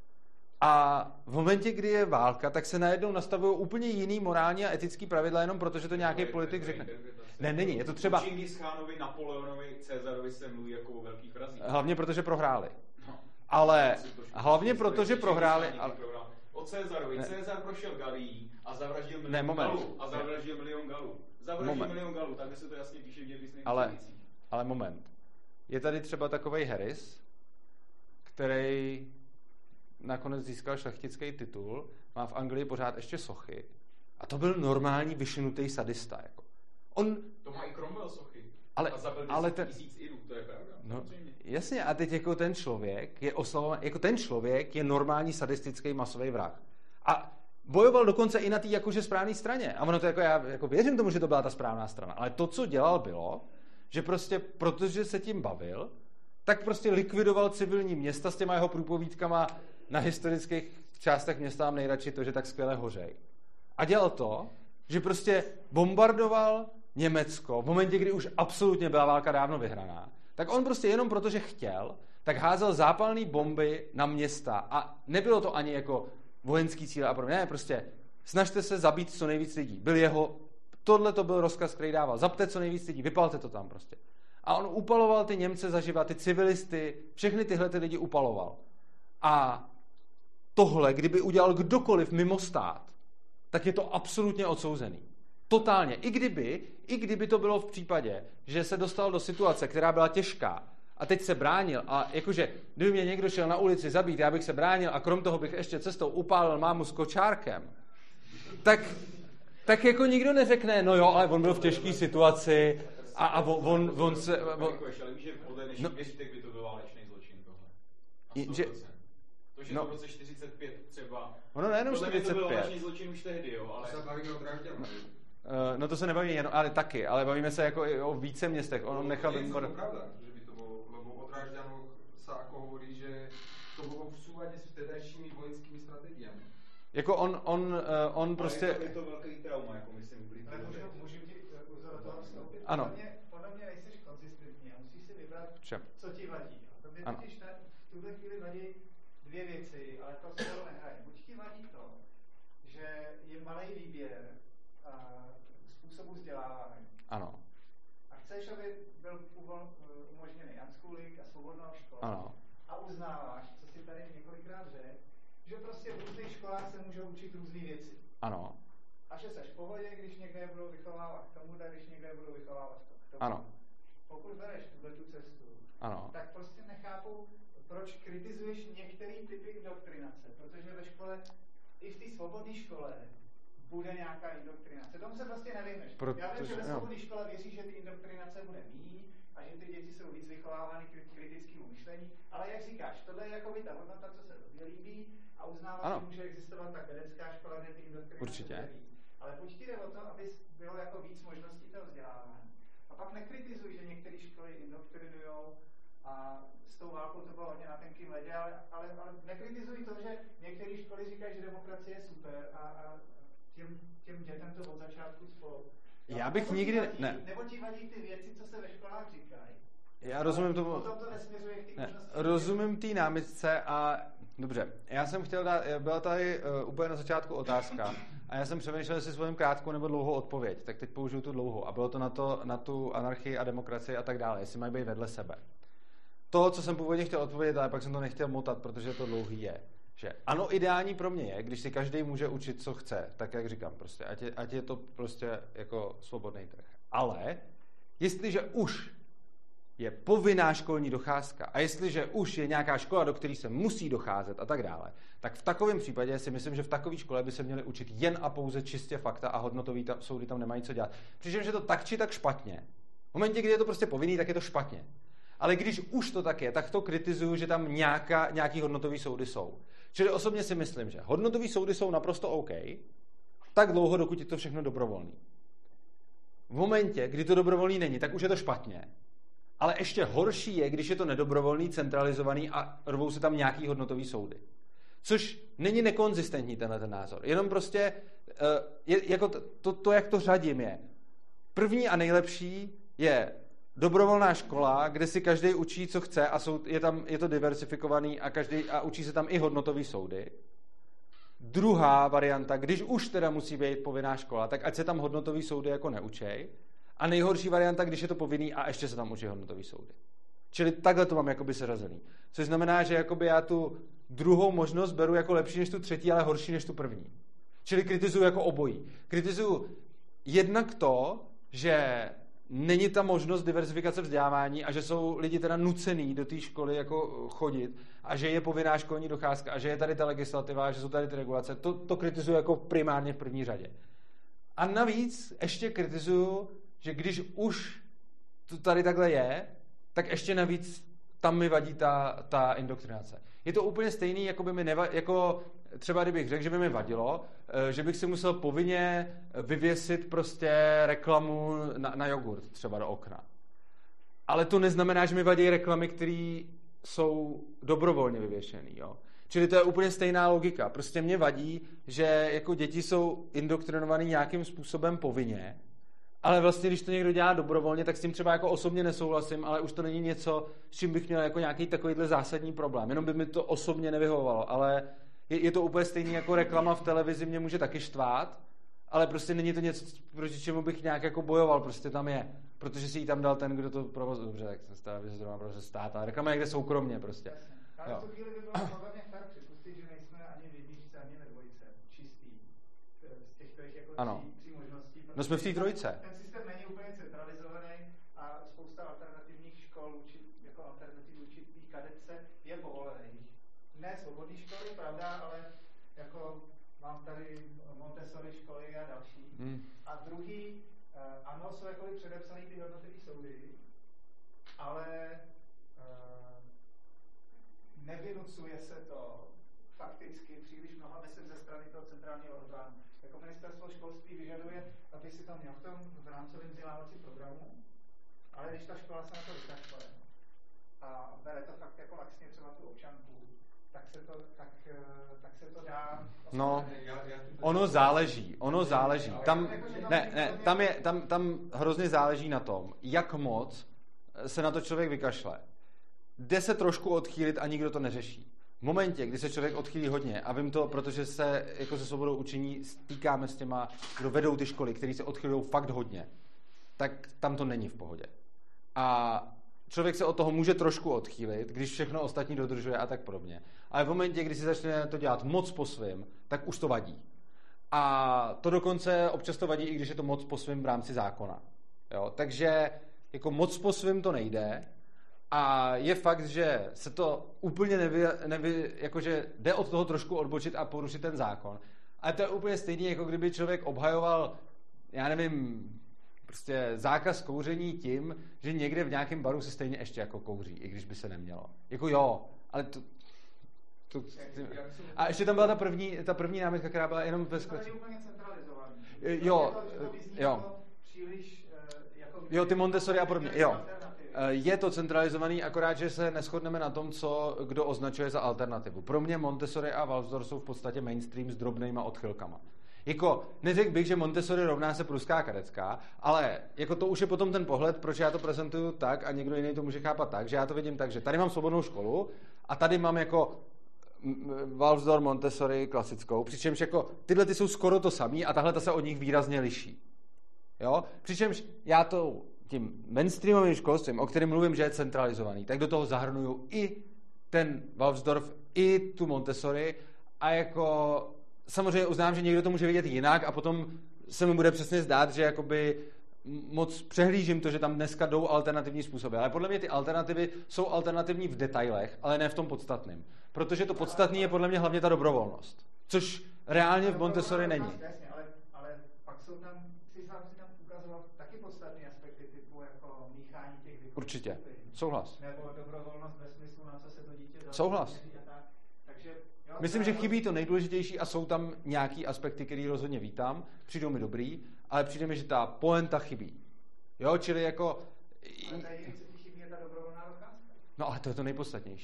A v momentě, kdy je válka, tak se najednou nastavují úplně jiný morální a etický pravidla, jenom protože to nějaký politik řekne. Ne, není, je to třeba... Čingis Chánovi, Napoleonovi, Cezarovi se mluví jako o velkých razích. Hlavně protože prohráli. Ale hlavně protože prohráli... Ale... O Cezarovi. Cezar prošel Galií a zavraždil milion ne, moment. Galů. A zavraždil milion Galů. Zavraždil moment. milion Galů, takhle se to jasně píše v dějepisných ale, historicích. ale moment. Je tady třeba takovej Harris, který nakonec získal šlechtický titul, má v Anglii pořád ještě sochy. A to byl normální vyšinutý sadista. Jako. On... To má i Cromwell sochy. Ale, a zabil ale deset ten... tisíc Irů, to je pravda. No, jasně, a teď jako ten člověk je oslavovaný, jako ten člověk je normální sadistický masový vrah. A bojoval dokonce i na té jakože správné straně. A ono to jako, já jako věřím tomu, že to byla ta správná strana. Ale to, co dělal, bylo, že prostě, protože se tím bavil, tak prostě likvidoval civilní města s těma jeho průpovídkama na historických částech města mám nejradši to, že tak skvěle hořej. A dělal to, že prostě bombardoval Německo v momentě, kdy už absolutně byla válka dávno vyhraná. Tak on prostě jenom proto, že chtěl, tak házel zápalné bomby na města a nebylo to ani jako vojenský cíle a podobně. Ne, prostě snažte se zabít co nejvíc lidí. Byl jeho, tohle to byl rozkaz, který dával. Zabte co nejvíc lidí, vypalte to tam prostě. A on upaloval ty Němce zaživa, ty civilisty, všechny tyhle ty lidi upaloval. A tohle, kdyby udělal kdokoliv mimo stát, tak je to absolutně odsouzený. Totálně. I kdyby, i kdyby to bylo v případě, že se dostal do situace, která byla těžká a teď se bránil a jakože, kdyby mě někdo šel na ulici zabít, já bych se bránil a krom toho bych ještě cestou upálil mámu s kočárkem, tak, tak jako nikdo neřekne, no jo, ale on byl v těžké situaci a, a on, on, on se... On, ale víš, že podle dnešních měřítek by to byl válečný zločin tohle. Že, to, že no, to v roce čtyřicet pět třeba... Ono nejenom čtyřicet pět. To byl válečný zločin už tehdy, jo, ale... To se bavíme o Drážďanu. Uh, no to se nebaví jenom, ale taky, ale bavíme se jako i o více městech. On no, nechal... To je to pravda, že by to bylo, lebo o Drážďanoch sa ako hovorí, že to bylo v súlade s vtedajšími vojenskými strategiami. Jako on, on, uh, on prostě... Je to, je to velký trauma, jako myslím. Ale můžu, můžu ti uzor toho vstoupit? Ano. Podle mě, podle mě nejseš konzistentní a musíš si vybrat, Všem. co ti vadí. A to mě totiž v tuhle chvíli vadí dvě věci, ale to se to nehraje. Buď ti vadí to, že je malý výběr způsobu vzdělávání. Ano. A chceš, aby byl umožněný unschooling a svobodná škola. Ano. A uznáváš, co si tady několikrát řekl, že prostě v různých školách se můžou učit různé věci. Ano. A že seš v pohodě, když někde budou vychovávat k tomu, tak když někde budou vychovávat k tomu. Ano. Pokud bereš tuhle tu cestu, ano, tak prostě nechápu, proč kritizuješ některé typy indoktrinace, protože ve škole, i v té svobodné škole, bude nějaká indoktrinace. Tomu se prostě nevyhneš. Protože, Já vím, že ve no. svobodné škole věří, že ty indoktrinace bude míň a že ty děti jsou víc vychovávány k kritickému myšlení, ale jak říkáš, tohle je jako by ta hodnota, co se tobě líbí a uznáváš, že může existovat ta vědecká škola, kde ty indoktrinace určitě bude víc. Ale buď ti jde o to, aby bylo jako víc možností toho vzdělávání. A pak nekritizuj, že některé školy indoktrinují a s tou válkou to bylo hodně na tenkým ledě, ale, ale, ale nekritizuj to, že některé školy říkají, že demokracie je super a, a těm, těm dětem to od začátku spolu. Já bych nebo nikdy... Vadí, ne. Nebo ti vadí ty věci, co se ve školách říkají. Já rozumím tomu... Potom to nesměřuje k té ne, možnosti. rozumím té námitce a... Dobře, já jsem chtěl dát... Byla tady uh, úplně na začátku otázka a já jsem přemýšlel, jestli svojím krátkou nebo dlouhou odpověď. Tak teď použiju tu dlouhou. A bylo to na, to, na tu anarchii a demokracii a tak dále. Jestli mají být vedle sebe. To, co jsem původně chtěl odpovědět, ale pak jsem to nechtěl motat, protože to dlouhý je. Že ano, ideální pro mě je, když si každý může učit, co chce, tak jak říkám, prostě, ať je, ať je to prostě jako svobodný trh. Ale jestliže už je povinná školní docházka a jestliže už je nějaká škola, do které se musí docházet a tak dále, tak v takovém případě si myslím, že v takové škole by se měli učit jen a pouze čistě fakta a hodnotový tam, soudy tam nemají co dělat. Přičemž je to tak či tak špatně. V momentě, kdy je to prostě povinný, tak je to špatně. Ale když už to tak je, tak to kritizuju, že tam nějaká, nějaký hodnotový soudy jsou. Čili osobně si myslím, že hodnotový soudy jsou naprosto OK, tak dlouho, dokud je to všechno dobrovolný. V momentě, kdy to dobrovolný není, tak už je to špatně. Ale ještě horší je, když je to nedobrovolný, centralizovaný a rvou se tam nějaký hodnotový soudy. Což není nekonzistentní tenhle ten názor. Jenom prostě, je, jako to, to, to, jak to řadím je. První a nejlepší je dobrovolná škola, kde si každý učí, co chce a jsou, je, tam, je to diversifikovaný a, každý, a učí se tam i hodnotový soudy. Druhá varianta, když už teda musí být povinná škola, tak ať se tam hodnotový soudy jako neučej. A nejhorší varianta, když je to povinný a ještě se tam učí hodnotový soudy. Čili takhle to mám jakoby seřazený. Což znamená, že jakoby já tu druhou možnost beru jako lepší než tu třetí, ale horší než tu první. Čili kritizuju jako obojí. Kritizuju jednak to, že není ta možnost diversifikace vzdělávání a že jsou lidi teda nucený do té školy jako chodit a že je povinná školní docházka a že je tady ta legislativa a že jsou tady ty regulace. To, to kritizuju jako primárně v první řadě. A navíc ještě kritizuju, že když už to tady takhle je, tak ještě navíc tam mi vadí ta, ta indoktrinace. Je to úplně stejný, jako by mi neva, jako třeba kdybych řekl, že by mi vadilo, že bych si musel povinně vyvěsit prostě reklamu na, na jogurt třeba do okna. Ale to neznamená, že mi vadí reklamy, které jsou dobrovolně vyvěšený. Jo? Čili to je úplně stejná logika. Prostě mě vadí, že jako děti jsou indoktrinovaný nějakým způsobem povinně, ale vlastně, když to někdo dělá dobrovolně, tak s tím třeba jako osobně nesouhlasím, ale už to není něco, s čím bych měl jako nějaký takovýhle zásadní problém. Jenom by mi to osobně nevyhovovalo, ale je, je to úplně stejný jako reklama v televizi, mě může taky štvát, ale prostě není to něco, proti čemu bych nějak jako bojoval, prostě tam je. Protože si ji tam dal ten, kdo to provozuje. Dobře, tak se stává, že se to má prostě stát, ale reklama někde soukromně prostě. Ale v tu chvíli by bylo podle mě fér připustit, že nejsme ani v jedničce, ani ve dvojce. Čistý. Z těch těch jako ano. tří, tří možností. No jsme v té trojce. Ten systém není úplně centralizovaný a spousta alternativních škol, jako alternativ určitých kadetce je povolených. Ne svobodné školy, pravda, ale jako mám tady Montessori školy a další. Hmm. A druhý, ano, jsou jako předepsaný ty hodnotový soudy, ale uh, nevynucuje se to fakticky příliš mnoho, myslím, ze strany toho centrálního orgánu. Jako ministerstvo školství vyžaduje, aby si to měl v tom v rámcovém vzdělávacím programu, ale když ta škola se na to vykašle a bere to fakt jako laxně třeba tu občanku, tak se to, tak, tak se to dá... No, ono záleží, ono záleží. Tam, ne, ne, tam, je, tam, tam hrozně záleží na tom, jak moc se na to člověk vykašle. Jde se trošku odchýlit a nikdo to neřeší. V momentě, kdy se člověk odchýlí hodně, a vím to, protože se jako se svobodou učení stýkáme s těma, kdo vedou ty školy, kteří se odchýlují fakt hodně, tak tam to není v pohodě. A člověk se od toho může trošku odchýlit, když všechno ostatní dodržuje a tak podobně. Ale v momentě, kdy si začne to dělat moc po svým, tak už to vadí. A to dokonce občas to vadí, i když je to moc po svým v rámci zákona. Jo? Takže jako moc po svým to nejde. A je fakt, že se to úplně nevy, nevy, jakože jde od toho trošku odbočit a porušit ten zákon. Ale to je úplně stejný, jako kdyby člověk obhajoval, já nevím, prostě zákaz kouření tím, že někde v nějakém baru se stejně ještě jako kouří, i když by se nemělo. Jako jo, ale to... to a ještě tam byla ta první, ta první námitka, která byla jenom ve sklepě. To je úplně centralizovaný. Jo, jo. Jo, ty Montessori a podobně, jo. Je to centralizovaný, akorát, že se neshodneme na tom, co kdo označuje za alternativu. Pro mě Montessori a Waldorf jsou v podstatě mainstream s drobnejma odchylkama. Jako, neřekl bych, že Montessori rovná se pruská kadecká, ale jako to už je potom ten pohled, proč já to prezentuju tak a někdo jiný to může chápat tak, že já to vidím tak, že tady mám svobodnou školu a tady mám jako Waldorf, Montessori klasickou, přičemž jako tyhle ty jsou skoro to samý a tahle ta se od nich výrazně liší. Jo? Přičemž já to tím mainstreamovým školstvím, o kterém mluvím, že je centralizovaný, tak do toho zahrnuju i ten Waldorf, i tu Montessori a jako samozřejmě uznám, že někdo to může vidět jinak a potom se mi bude přesně zdát, že jakoby moc přehlížím to, že tam dneska jdou alternativní způsoby. Ale podle mě ty alternativy jsou alternativní v detailech, ale ne v tom podstatném. Protože to podstatné je podle mě hlavně ta dobrovolnost. Což reálně v Montessori není. Jasně, ale, ale pak jsou tam, si sám si tam ukazoval taky podstatné aspekty typu jako míchání těch věků. Určitě. Souhlas. Nebo dobrovolnost ve smyslu, na co se to dítě dá. Souhlas. Takže, jo, myslím, že chybí to nejdůležitější a jsou tam nějaký aspekty, které rozhodně vítám, přijdou mi dobrý, ale přijde mi, že ta poenta chybí. Jo, čili jako... Ale tady, co ti chybí, je ta dobrovolná docházka. No ale to je to nejpodstatnější.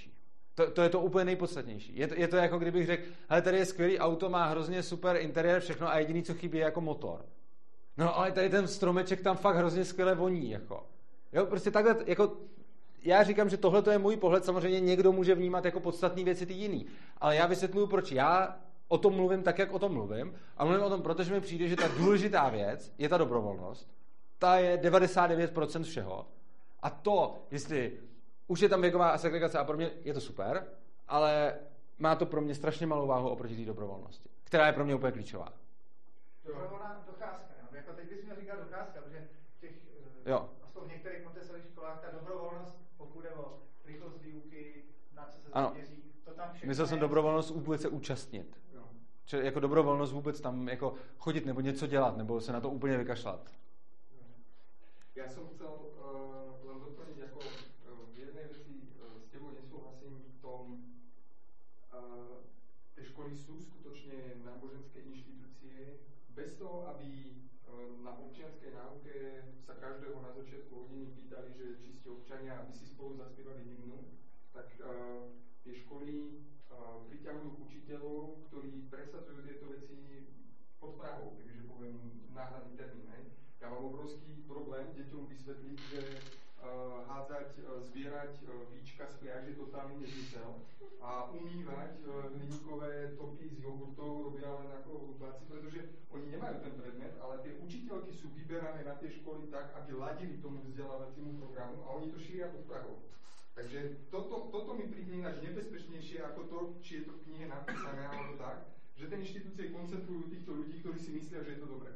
To, to je to úplně nejpodstatnější. Je to, je to jako kdybych řekl, hele, tady je skvělý auto, má hrozně super interiér, všechno a jediný, co chybí, je jako motor. No ale tady ten stromeček tam fakt hrozně skvěle voní, jako. Jo, prostě takhle, jako, já říkám, že tohle to je můj pohled, samozřejmě někdo může vnímat jako podstatný věci ty jiný, ale já vysvětluju, proč já o tom mluvím tak, jak o tom mluvím, a mluvím o tom, protože mi přijde, že ta důležitá věc je ta dobrovolnost, ta je devadesát devět procent všeho, a to, jestli už je tam věková segregace a pro mě je to super, ale má to pro mě strašně malou váhu oproti té dobrovolnosti, která je pro mě úplně klíčová. Dobrovolná docházka, no? Jako teď bys měl říkat docházka, protože těch, jo. aspoň v některých Montessori školách ta dobrovolnost, pokud je o rychlost výuky, na co se zaměří, to tam všechno. Myslel jsem dobrovolnost vůbec se účastnit. Jo. Čili jako dobrovolnost vůbec tam jako chodit nebo něco dělat, nebo se na to úplně vykašlat. Já jsem chcel uh, len doplniť, ako uh, v jednej veci uh, s tebou nesúhlasím v tom, uh, tie školy sú skutočne náboženské inštitúcie, bez toho, aby uh, na občianskej náuke sa každého na začiatku hodiny pýtali, že či ste občania, aby si spolu zaspievali hymnu, tak uh, tie školy uh, priťahujú učiteľov, ktorí presadzujú tieto veci pod Prahou, takže poviem náhradný termín. Hej. Ja mám obrovský problém deťom vysvetliť, že uh, hádzať, uh, zbierať uh, víčka z pľaž je totálny nezmysel a umývať uh, hliníkové topy z jogurtov robia len ako hudbáci, pretože oni nemajú ten predmet, ale tie učiteľky sú vyberané na tie školy tak, aby ladili tomu vzdelávaciemu programu a oni to šíria pod Prahou. Takže toto, toto mi príde ináč nebezpečnejšie ako to, či je to v knihe napísané alebo tak, že tie inštitúcie koncentrujú týchto ľudí, ktorí si myslia, že je to dobré.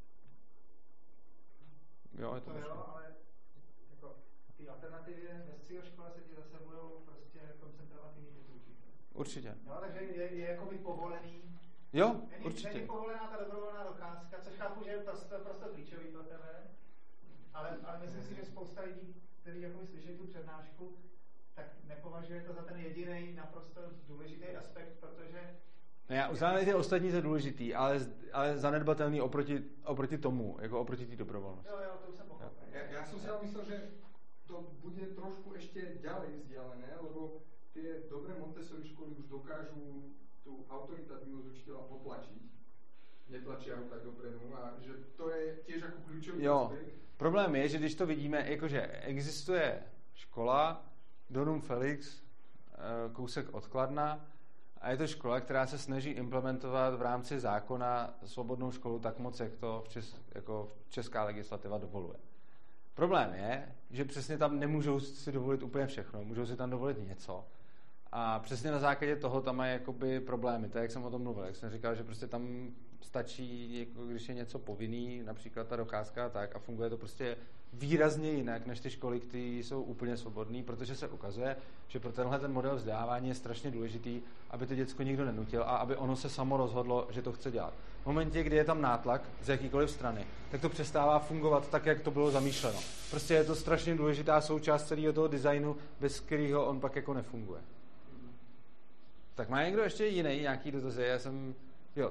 Jo, je to, to jo, ale jako ty alternativě ve střední škole se ti zase budou prostě koncentrovat jiný typy učitelů. Určitě. Jo, takže je, je jakoby povolený. Jo, není, určitě. Není povolená ta dobrovolná docházka, což chápu, že je prostě, prostě klíčový pro tebe, ale, ale myslím si, že spousta lidí, kteří jakoby slyšeli tu přednášku, tak nepovažuje to za ten jediný naprosto důležitý aspekt, protože já uznávám, že ostatní je důležitý, ale, ale zanedbatelný oproti, oproti tomu, jako oproti té dobrovolnosti. Jo, jo, to už jsem pochopil. Ja, ja som si ale myslel, že to bude trošku ešte ďalej vzdialené, lebo tie dobré Montessori školy už dokážu tú autoritatívnosť učiteľa potlačiť. Netlačia ho tak dopredu a že to je tiež ako kľúčový aspekt. Problém je, že když to vidíme, jakože existuje škola Donum Felix, kousek od Kladna, a je to škola, která se snaží implementovat v rámci zákona svobodnou školu tak moc, jak to v čes, jako česká legislativa dovoluje. Problém je, že přesně tam nemůžou si dovolit úplně všechno, můžou si tam dovolit něco. A přesně na základě toho tam mají jakoby problémy. To je, jak jsem o tom mluvil. Jak jsem říkal, že prostě tam stačí, jako když je něco povinný, například ta docházka tak, a funguje to prostě výrazně jinak než ty školy, které jsou úplně svobodné, protože se ukazuje, že pro tenhle ten model vzdělávání je strašně důležitý, aby to děcko nikdo nenutil a aby ono se samo rozhodlo, že to chce dělat. V momentě, kdy je tam nátlak z jakýkoliv strany, tak to přestává fungovat tak, jak to bylo zamýšleno. Prostě je to strašně důležitá součást celého toho designu, bez kterého on pak jako nefunguje. Tak má někdo ještě jiný nějaký dotazy? Já jsem... Jo.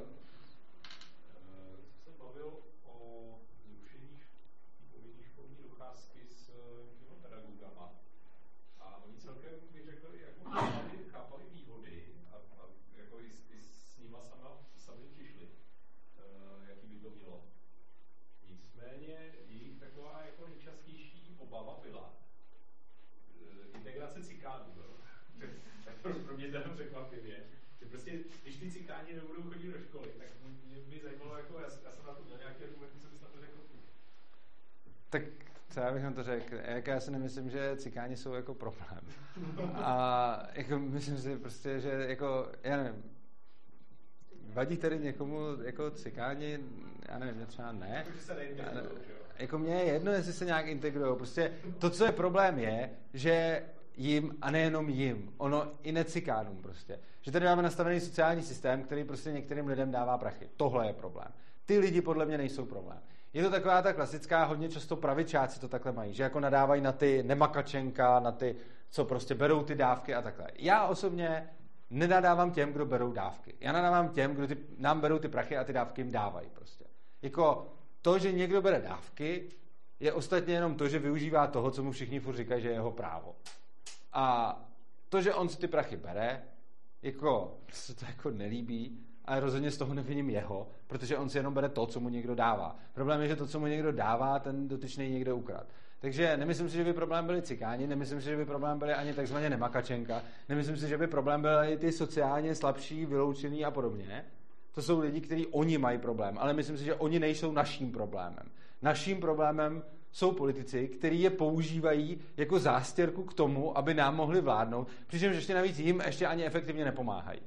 Jsem bavil o zrušení povinné školní docházky s těmi pedagogama. A oni celkem mi řekli, jak chápali, chápali výhody a, a jako i, i s nima sama, sami přišli, uh, jaký by to bylo. Nicméně jejich taková jako nejčastější obava byla uh, integrace cikánů. Pro mě to jenom překvapivě, že prostě, když ty cikáni nebudou chodit do školy, tak mě by zajímalo, jako, já, já jsem na to měl nějaký argumenty, co bys na to řekl. Tak co já bych na to řekl, jak já si nemyslím, že cikáni jsou jako problém. A jako myslím si prostě, že jako, já nevím, vadí tady někomu jako cikáni, já nevím, mě třeba ne. Protože se neintegrujou, že jo? Jako mně je jedno, jestli se nějak integrují. Prostě to, co je problém, je, že jim, a nejenom jim, ono i necikánům prostě. Že tady máme nastavený sociální systém, který prostě některým lidem dává prachy. Tohle je problém. Ty lidi podle mě nejsou problém. Je to taková ta klasická, hodně často pravičáci to takhle mají, že jako nadávají na ty nemakačenka, na ty, co prostě berou ty dávky a takhle. Já osobně nenadávám těm, kdo berou dávky. Já nadávám těm, kdo ty, nám berou ty prachy a ty dávky jim dávají prostě. Jako to, že někdo bere dávky, je ostatně jenom to, že využívá toho, co mu všichni furt říkají, že je jeho právo. A to, že on si ty prachy bere, jako se to jako nelíbí, ale rozhodně z toho neviním jeho, protože on si jenom bere to, co mu někdo dává. Problém je, že to, co mu někdo dává, ten dotyčný někde ukrad. Takže nemyslím si, že by problém byli cikáni, nemyslím si, že by problém byli ani takzvaně nemakačenka, nemyslím si, že by problém byli ty sociálně slabší, vyloučený a podobně. To jsou lidi, kteří oni mají problém, ale myslím si, že oni nejsou naším problémem. Naším problémem jsou politici, kteří je používají jako zástěrku k tomu, aby nám mohli vládnout, přičemž ještě navíc jim ještě ani efektivně nepomáhají.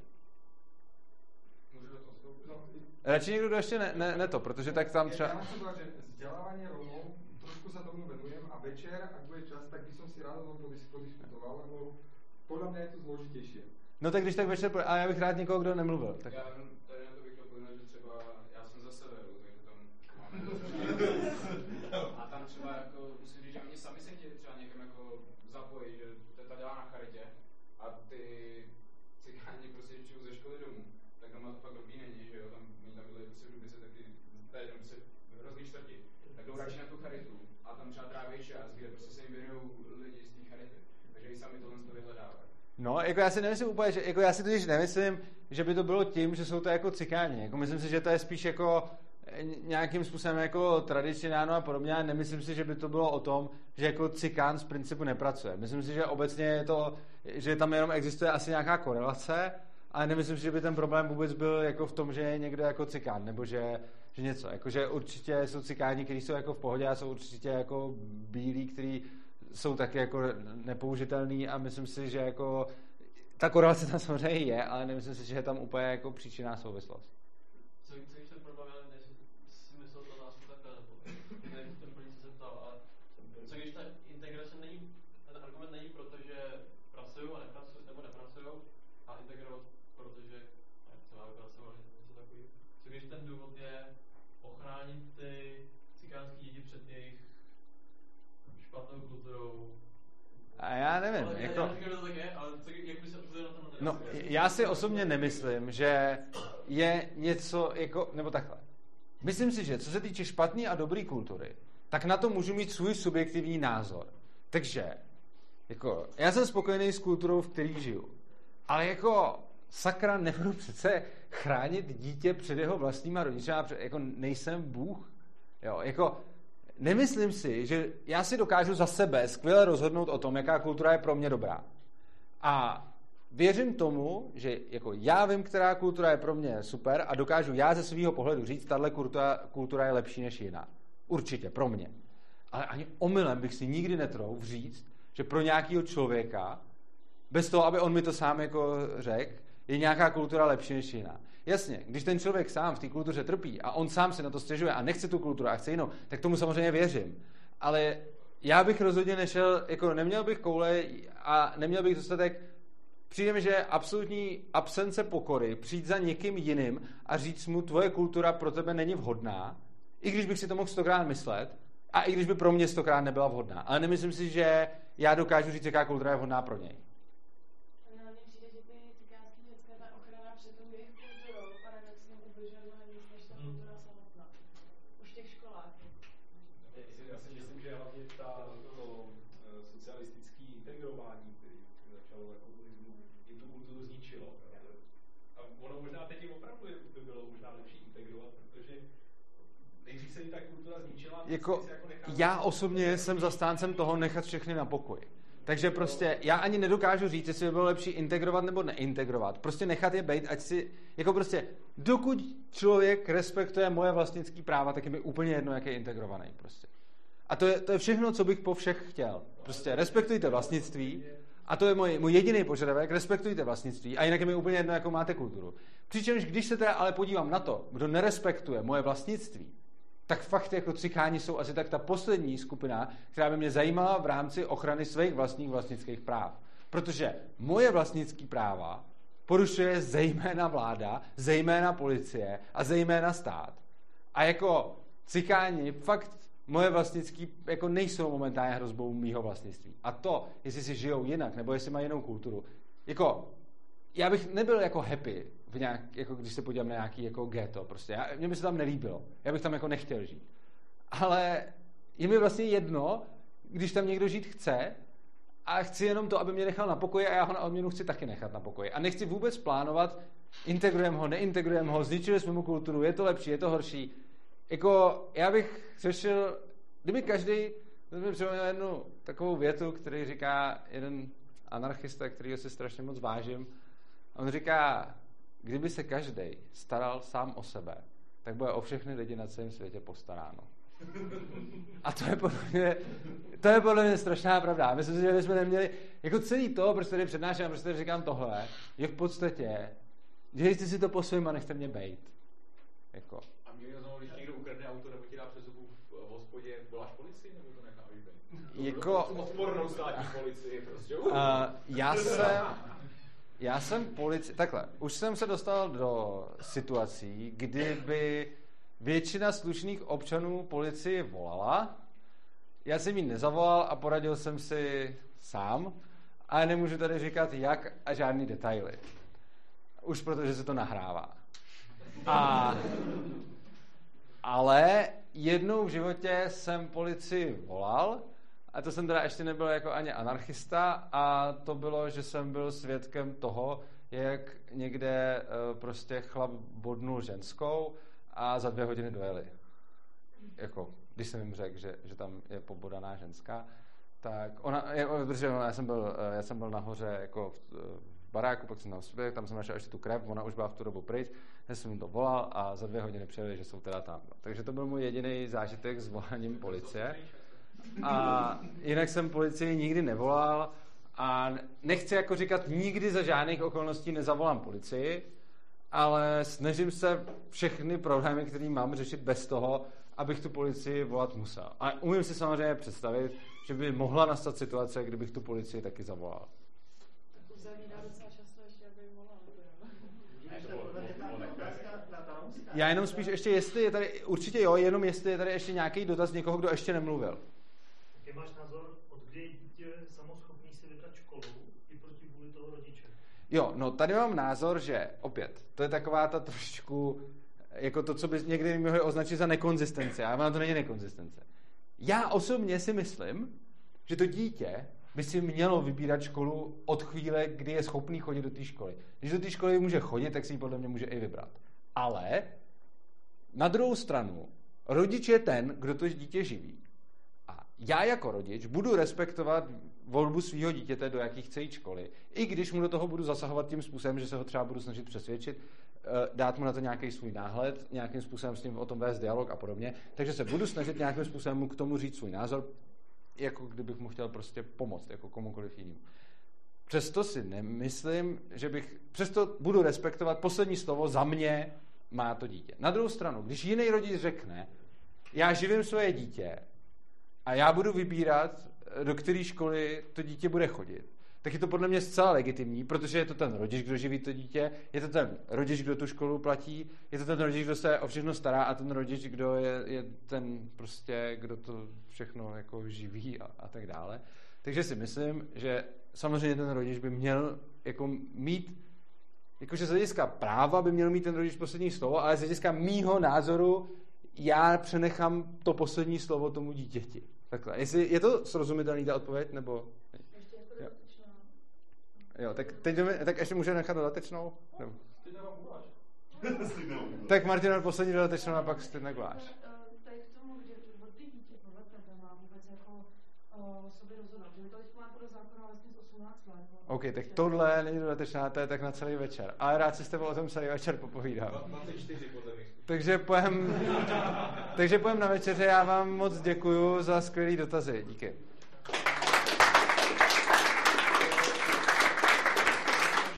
Radši někdo ještě ne, ne, ne to, protože tak tam třeba... Já mám třeba, že vzdělávání Romů, trošku se tomu venujem a večer, ak bude čas, tak by som si rád o tom podiskutoval, lebo podle mě je to zložitější. No tak když tak večer, a já bych rád někoho, kdo nemluvil. Tak... Já tady na to bych chtěl povedat, že třeba já jsem za severu, takže tam máme a tam třeba jako, musím říct, že oni sami se chtěli třeba někam jako zapojit, že teta dělá na charitě a ty cikáni prostě přijdu ze školy domů, tak doma to fakt dobrý není, že jo, tam my tam byli prostě v Dubice taky, tady tam se hrozný čtvrti, tak jdou radši na tu charitu a tam třeba tráví čas, kde prostě se jim věnují lidi z té charity, takže i sami tohle to vyhledávají. No, jako já si nemyslím úplně, že, jako já si totiž nemyslím, že by to bylo tím, že jsou to jako cikáni. Jako myslím si, že to je spíš jako nějakým způsobem jako tradičně dáno a podobně, a nemyslím si, že by to bylo o tom, že jako cikán z principu nepracuje. Myslím si, že obecně je to, že tam jenom existuje asi nějaká korelace, ale nemyslím si, že by ten problém vůbec byl jako v tom, že je někdo jako cikán, nebo že, že něco. Jako, že určitě jsou cikáni, kteří jsou jako v pohodě a jsou určitě jako bílí, kteří jsou taky jako nepoužitelný a myslím si, že jako ta korelace tam samozřejmě je, ale nemyslím si, že je tam úplně jako příčinná souvislost. Co, co když ten problém, ale než si myslel to nás takhle, nebo nevím, ten plný se zeptal, ale co když ta integrace není, ten argument není proto, že pracují a nepracují, nebo nepracují a integrovat, protože třeba pracovali, něco takového. Co když ten důvod je ochránit ty cikánský děti před jejich špatnou kulturou? A já nevím, ale jako... Já říkám, že to tak je, ale co, jak by se odpověděl na to? No, já si osobně nemyslím, že je něco jako, nebo takhle. Myslím si, že co se týče špatný a dobrý kultury, tak na to můžu mít svůj subjektivní názor. Takže, jako, já jsem spokojený s kulturou, v který žiju. Ale jako, sakra, nebudu přece chránit dítě před jeho vlastníma rodičema, jako nejsem Bůh. Jo, jako, nemyslím si, že já si dokážu za sebe skvěle rozhodnout o tom, jaká kultura je pro mě dobrá. A věřím tomu, že jako já vím, která kultura je pro mě super a dokážu já ze svého pohledu říct, tahle kultura, kultura je lepší než jiná. Určitě, pro mě. Ale ani omylem bych si nikdy netrouf říct, že pro nějakého člověka, bez toho, aby on mi to sám jako řekl, je nějaká kultura lepší než jiná. Jasně, když ten člověk sám v té kultuře trpí a on sám se na to stěžuje a nechce tu kulturu a chce jinou, tak tomu samozřejmě věřím. Ale já bych rozhodně nešel, jako neměl bych koule a neměl bych dostatek. Přijde mi, že je absolutní absence pokory přijít za někým jiným a říct mu, tvoje kultura pro tebe není vhodná, i když bych si to mohl stokrát myslet a i když by pro mě stokrát nebyla vhodná. Ale nemyslím si, že já dokážu říct, jaká kultura je vhodná pro něj. Jako, já osobně jsem zastáncem toho nechat všechny na pokoji. Takže prostě já ani nedokážu říct, jestli by bylo lepší integrovat nebo neintegrovat. Prostě nechat je bejt, ať si, jako prostě, dokud člověk respektuje moje vlastnické práva, tak je mi úplně jedno, jak je integrovaný prostě. A to je, to je všechno, co bych po všech chtěl. Prostě respektujte vlastnictví a to je můj, můj jediný požadavek, respektujte vlastnictví a jinak je mi úplně jedno, jakou máte kulturu. Přičemž, když se teda ale podívám na to, kdo nerespektuje moje vlastnictví, tak fakt jako cikáni jsou asi tak ta poslední skupina, která by mě zajímala v rámci ochrany svých vlastních vlastnických práv. Protože moje vlastnické práva porušuje zejména vláda, zejména policie a zejména stát. A jako cikáni fakt moje vlastnický jako nejsou momentálně hrozbou mýho vlastnictví. A to, jestli si žijou jinak, nebo jestli mají jinou kulturu, jako já bych nebyl jako happy, v nějak, jako když se podívám na nějaký jako ghetto, prostě. Já, mně by se tam nelíbilo. Já bych tam jako nechtěl žít. Ale je mi vlastně jedno, když tam někdo žít chce a chci jenom to, aby mě nechal na pokoji a já ho na odměnu chci taky nechat na pokoji. A nechci vůbec plánovat, integrujeme ho, neintegrujeme ho, zničili jsme mu kulturu, je to lepší, je to horší. Jako, já bych řešil, kdyby každý, kdyby připomněl jednu takovou větu, který říká jeden anarchista, kterýho si strašně moc vážím. On říká, kdyby se každý staral sám o sebe, tak bude o všechny lidi na celém světě postaráno. A to je podle mě, to je podle mě strašná pravda. Myslím si, že bychom neměli, jako celý to, proč tady přednáším, proč tady říkám tohle, je v podstatě, dělejte si to po svým a nechte mě bejt. Jako. A mě znovu, když někdo ukradne auto nebo ti dá přes zubu v hospodě, voláš policii nebo to necháš bejt? Jako... Odpornou státní policii prostě. Uh, já jsem... Já jsem polici... Takhle, už jsem se dostal do situací, kdyby většina slušných občanů policii volala, já jsem jí nezavolal a poradil jsem si sám, ale nemůžu tady říkat jak a žádný detaily. Už protože se to nahrává. A... Ale jednou v životě jsem policii volal, a to jsem teda ještě nebyl jako ani anarchista, a to bylo, že jsem byl svědkem toho, jak někde uh, prostě chlap bodnul ženskou a za dvě hodiny dojeli. Jako, když jsem jim řekl, že, že tam je pobodaná ženská, tak ona, protože já jsem byl, já jsem byl nahoře jako v, v baráku, pak jsem tam zpět, tam jsem našel ještě tu krev, ona už byla v tu dobu pryč, já jsem jim to volal a za dvě hodiny přijeli, že jsou teda tam. Takže to byl můj jediný zážitek s voláním policie. A jinak jsem policii nikdy nevolal a nechci jako říkat, nikdy za žádných okolností nezavolám policii, ale snažím se všechny problémy, které mám, řešit bez toho, abych tu policii volat musel. A umím si samozřejmě představit, že by mohla nastat situace, kdybych tu policii taky zavolal. Tak už zemí dá docela často ještě, aby jim volal. Já jenom spíš ještě, jestli je tady, určitě jo, jenom jestli je tady ještě nějaký dotaz někoho, kdo ještě nemluvil. Jaký máš názor, od kdy je dítě samoschopný si vybrat školu i proti vůli toho rodiče? Jo, no tady mám názor, že opět, to je taková ta trošičku, jako to, co by někdy mohli označit za nekonzistenci, ale ona to není nekonzistence. Já osobně si myslím, že to dítě by si mělo vybírat školu od chvíle, kdy je schopný chodit do té školy. Když do té školy může chodit, tak si ji podle mě může i vybrat. Ale na druhou stranu, rodič je ten, kdo to dítě živí. A já jako rodič budu respektovat volbu svého dítěte, do jakých chce jít školy, i když mu do toho budu zasahovat tím způsobem, že se ho třeba budu snažit přesvědčit, dát mu na to nějaký svůj náhled, nějakým způsobem s ním o tom vést dialog a podobně. Takže se budu snažit nějakým způsobem mu k tomu říct svůj názor, jako kdybych mu chtěl prostě pomoct, jako komukoliv jinému. Přesto si nemyslím, že bych, přesto budu respektovat, poslední slovo za mě má to dítě. Na druhou stranu, když jiný rodič řekne, já živím svoje dítě a já budu vybírat, do které školy to dítě bude chodit, tak je to podle mě zcela legitimní, protože je to ten rodič, kdo živí to dítě, je to ten rodič, kdo tu školu platí, je to ten rodič, kdo se o všechno stará a ten rodič, kdo je, je ten prostě, kdo to všechno jako živí a, a tak dále. Takže si myslím, že samozřejmě ten rodič by měl jako mít, jakože z hlediska práva by měl mít ten rodič poslední slovo, ale z hlediska mýho názoru já přenechám to poslední slovo tomu dítěti. Takhle. Jestli, je to srozumitelný ta odpověď, nebo... Ještě jako dodatečná. Jo, tak teď jdeme, tak ještě můžeme nechat dodatečnou? Nebo? Ty nemám guláš. Tak Martin, poslední dodatečnou a pak ty neguláš. Tady k tomu, že od dítě podle tebe má vůbec jako o sobě rozhodnout. Že to má podle zákona vlastně z osmnáct let. OK, tak tohle není dodatečná, to je tak na celý večer. Ale rád si s tebou o tom celý večer popovídám. dvacet čtyři podle mě. Takže pojem, takže pojem na večeře, já vám moc děkuju za skvělý dotazy. Díky.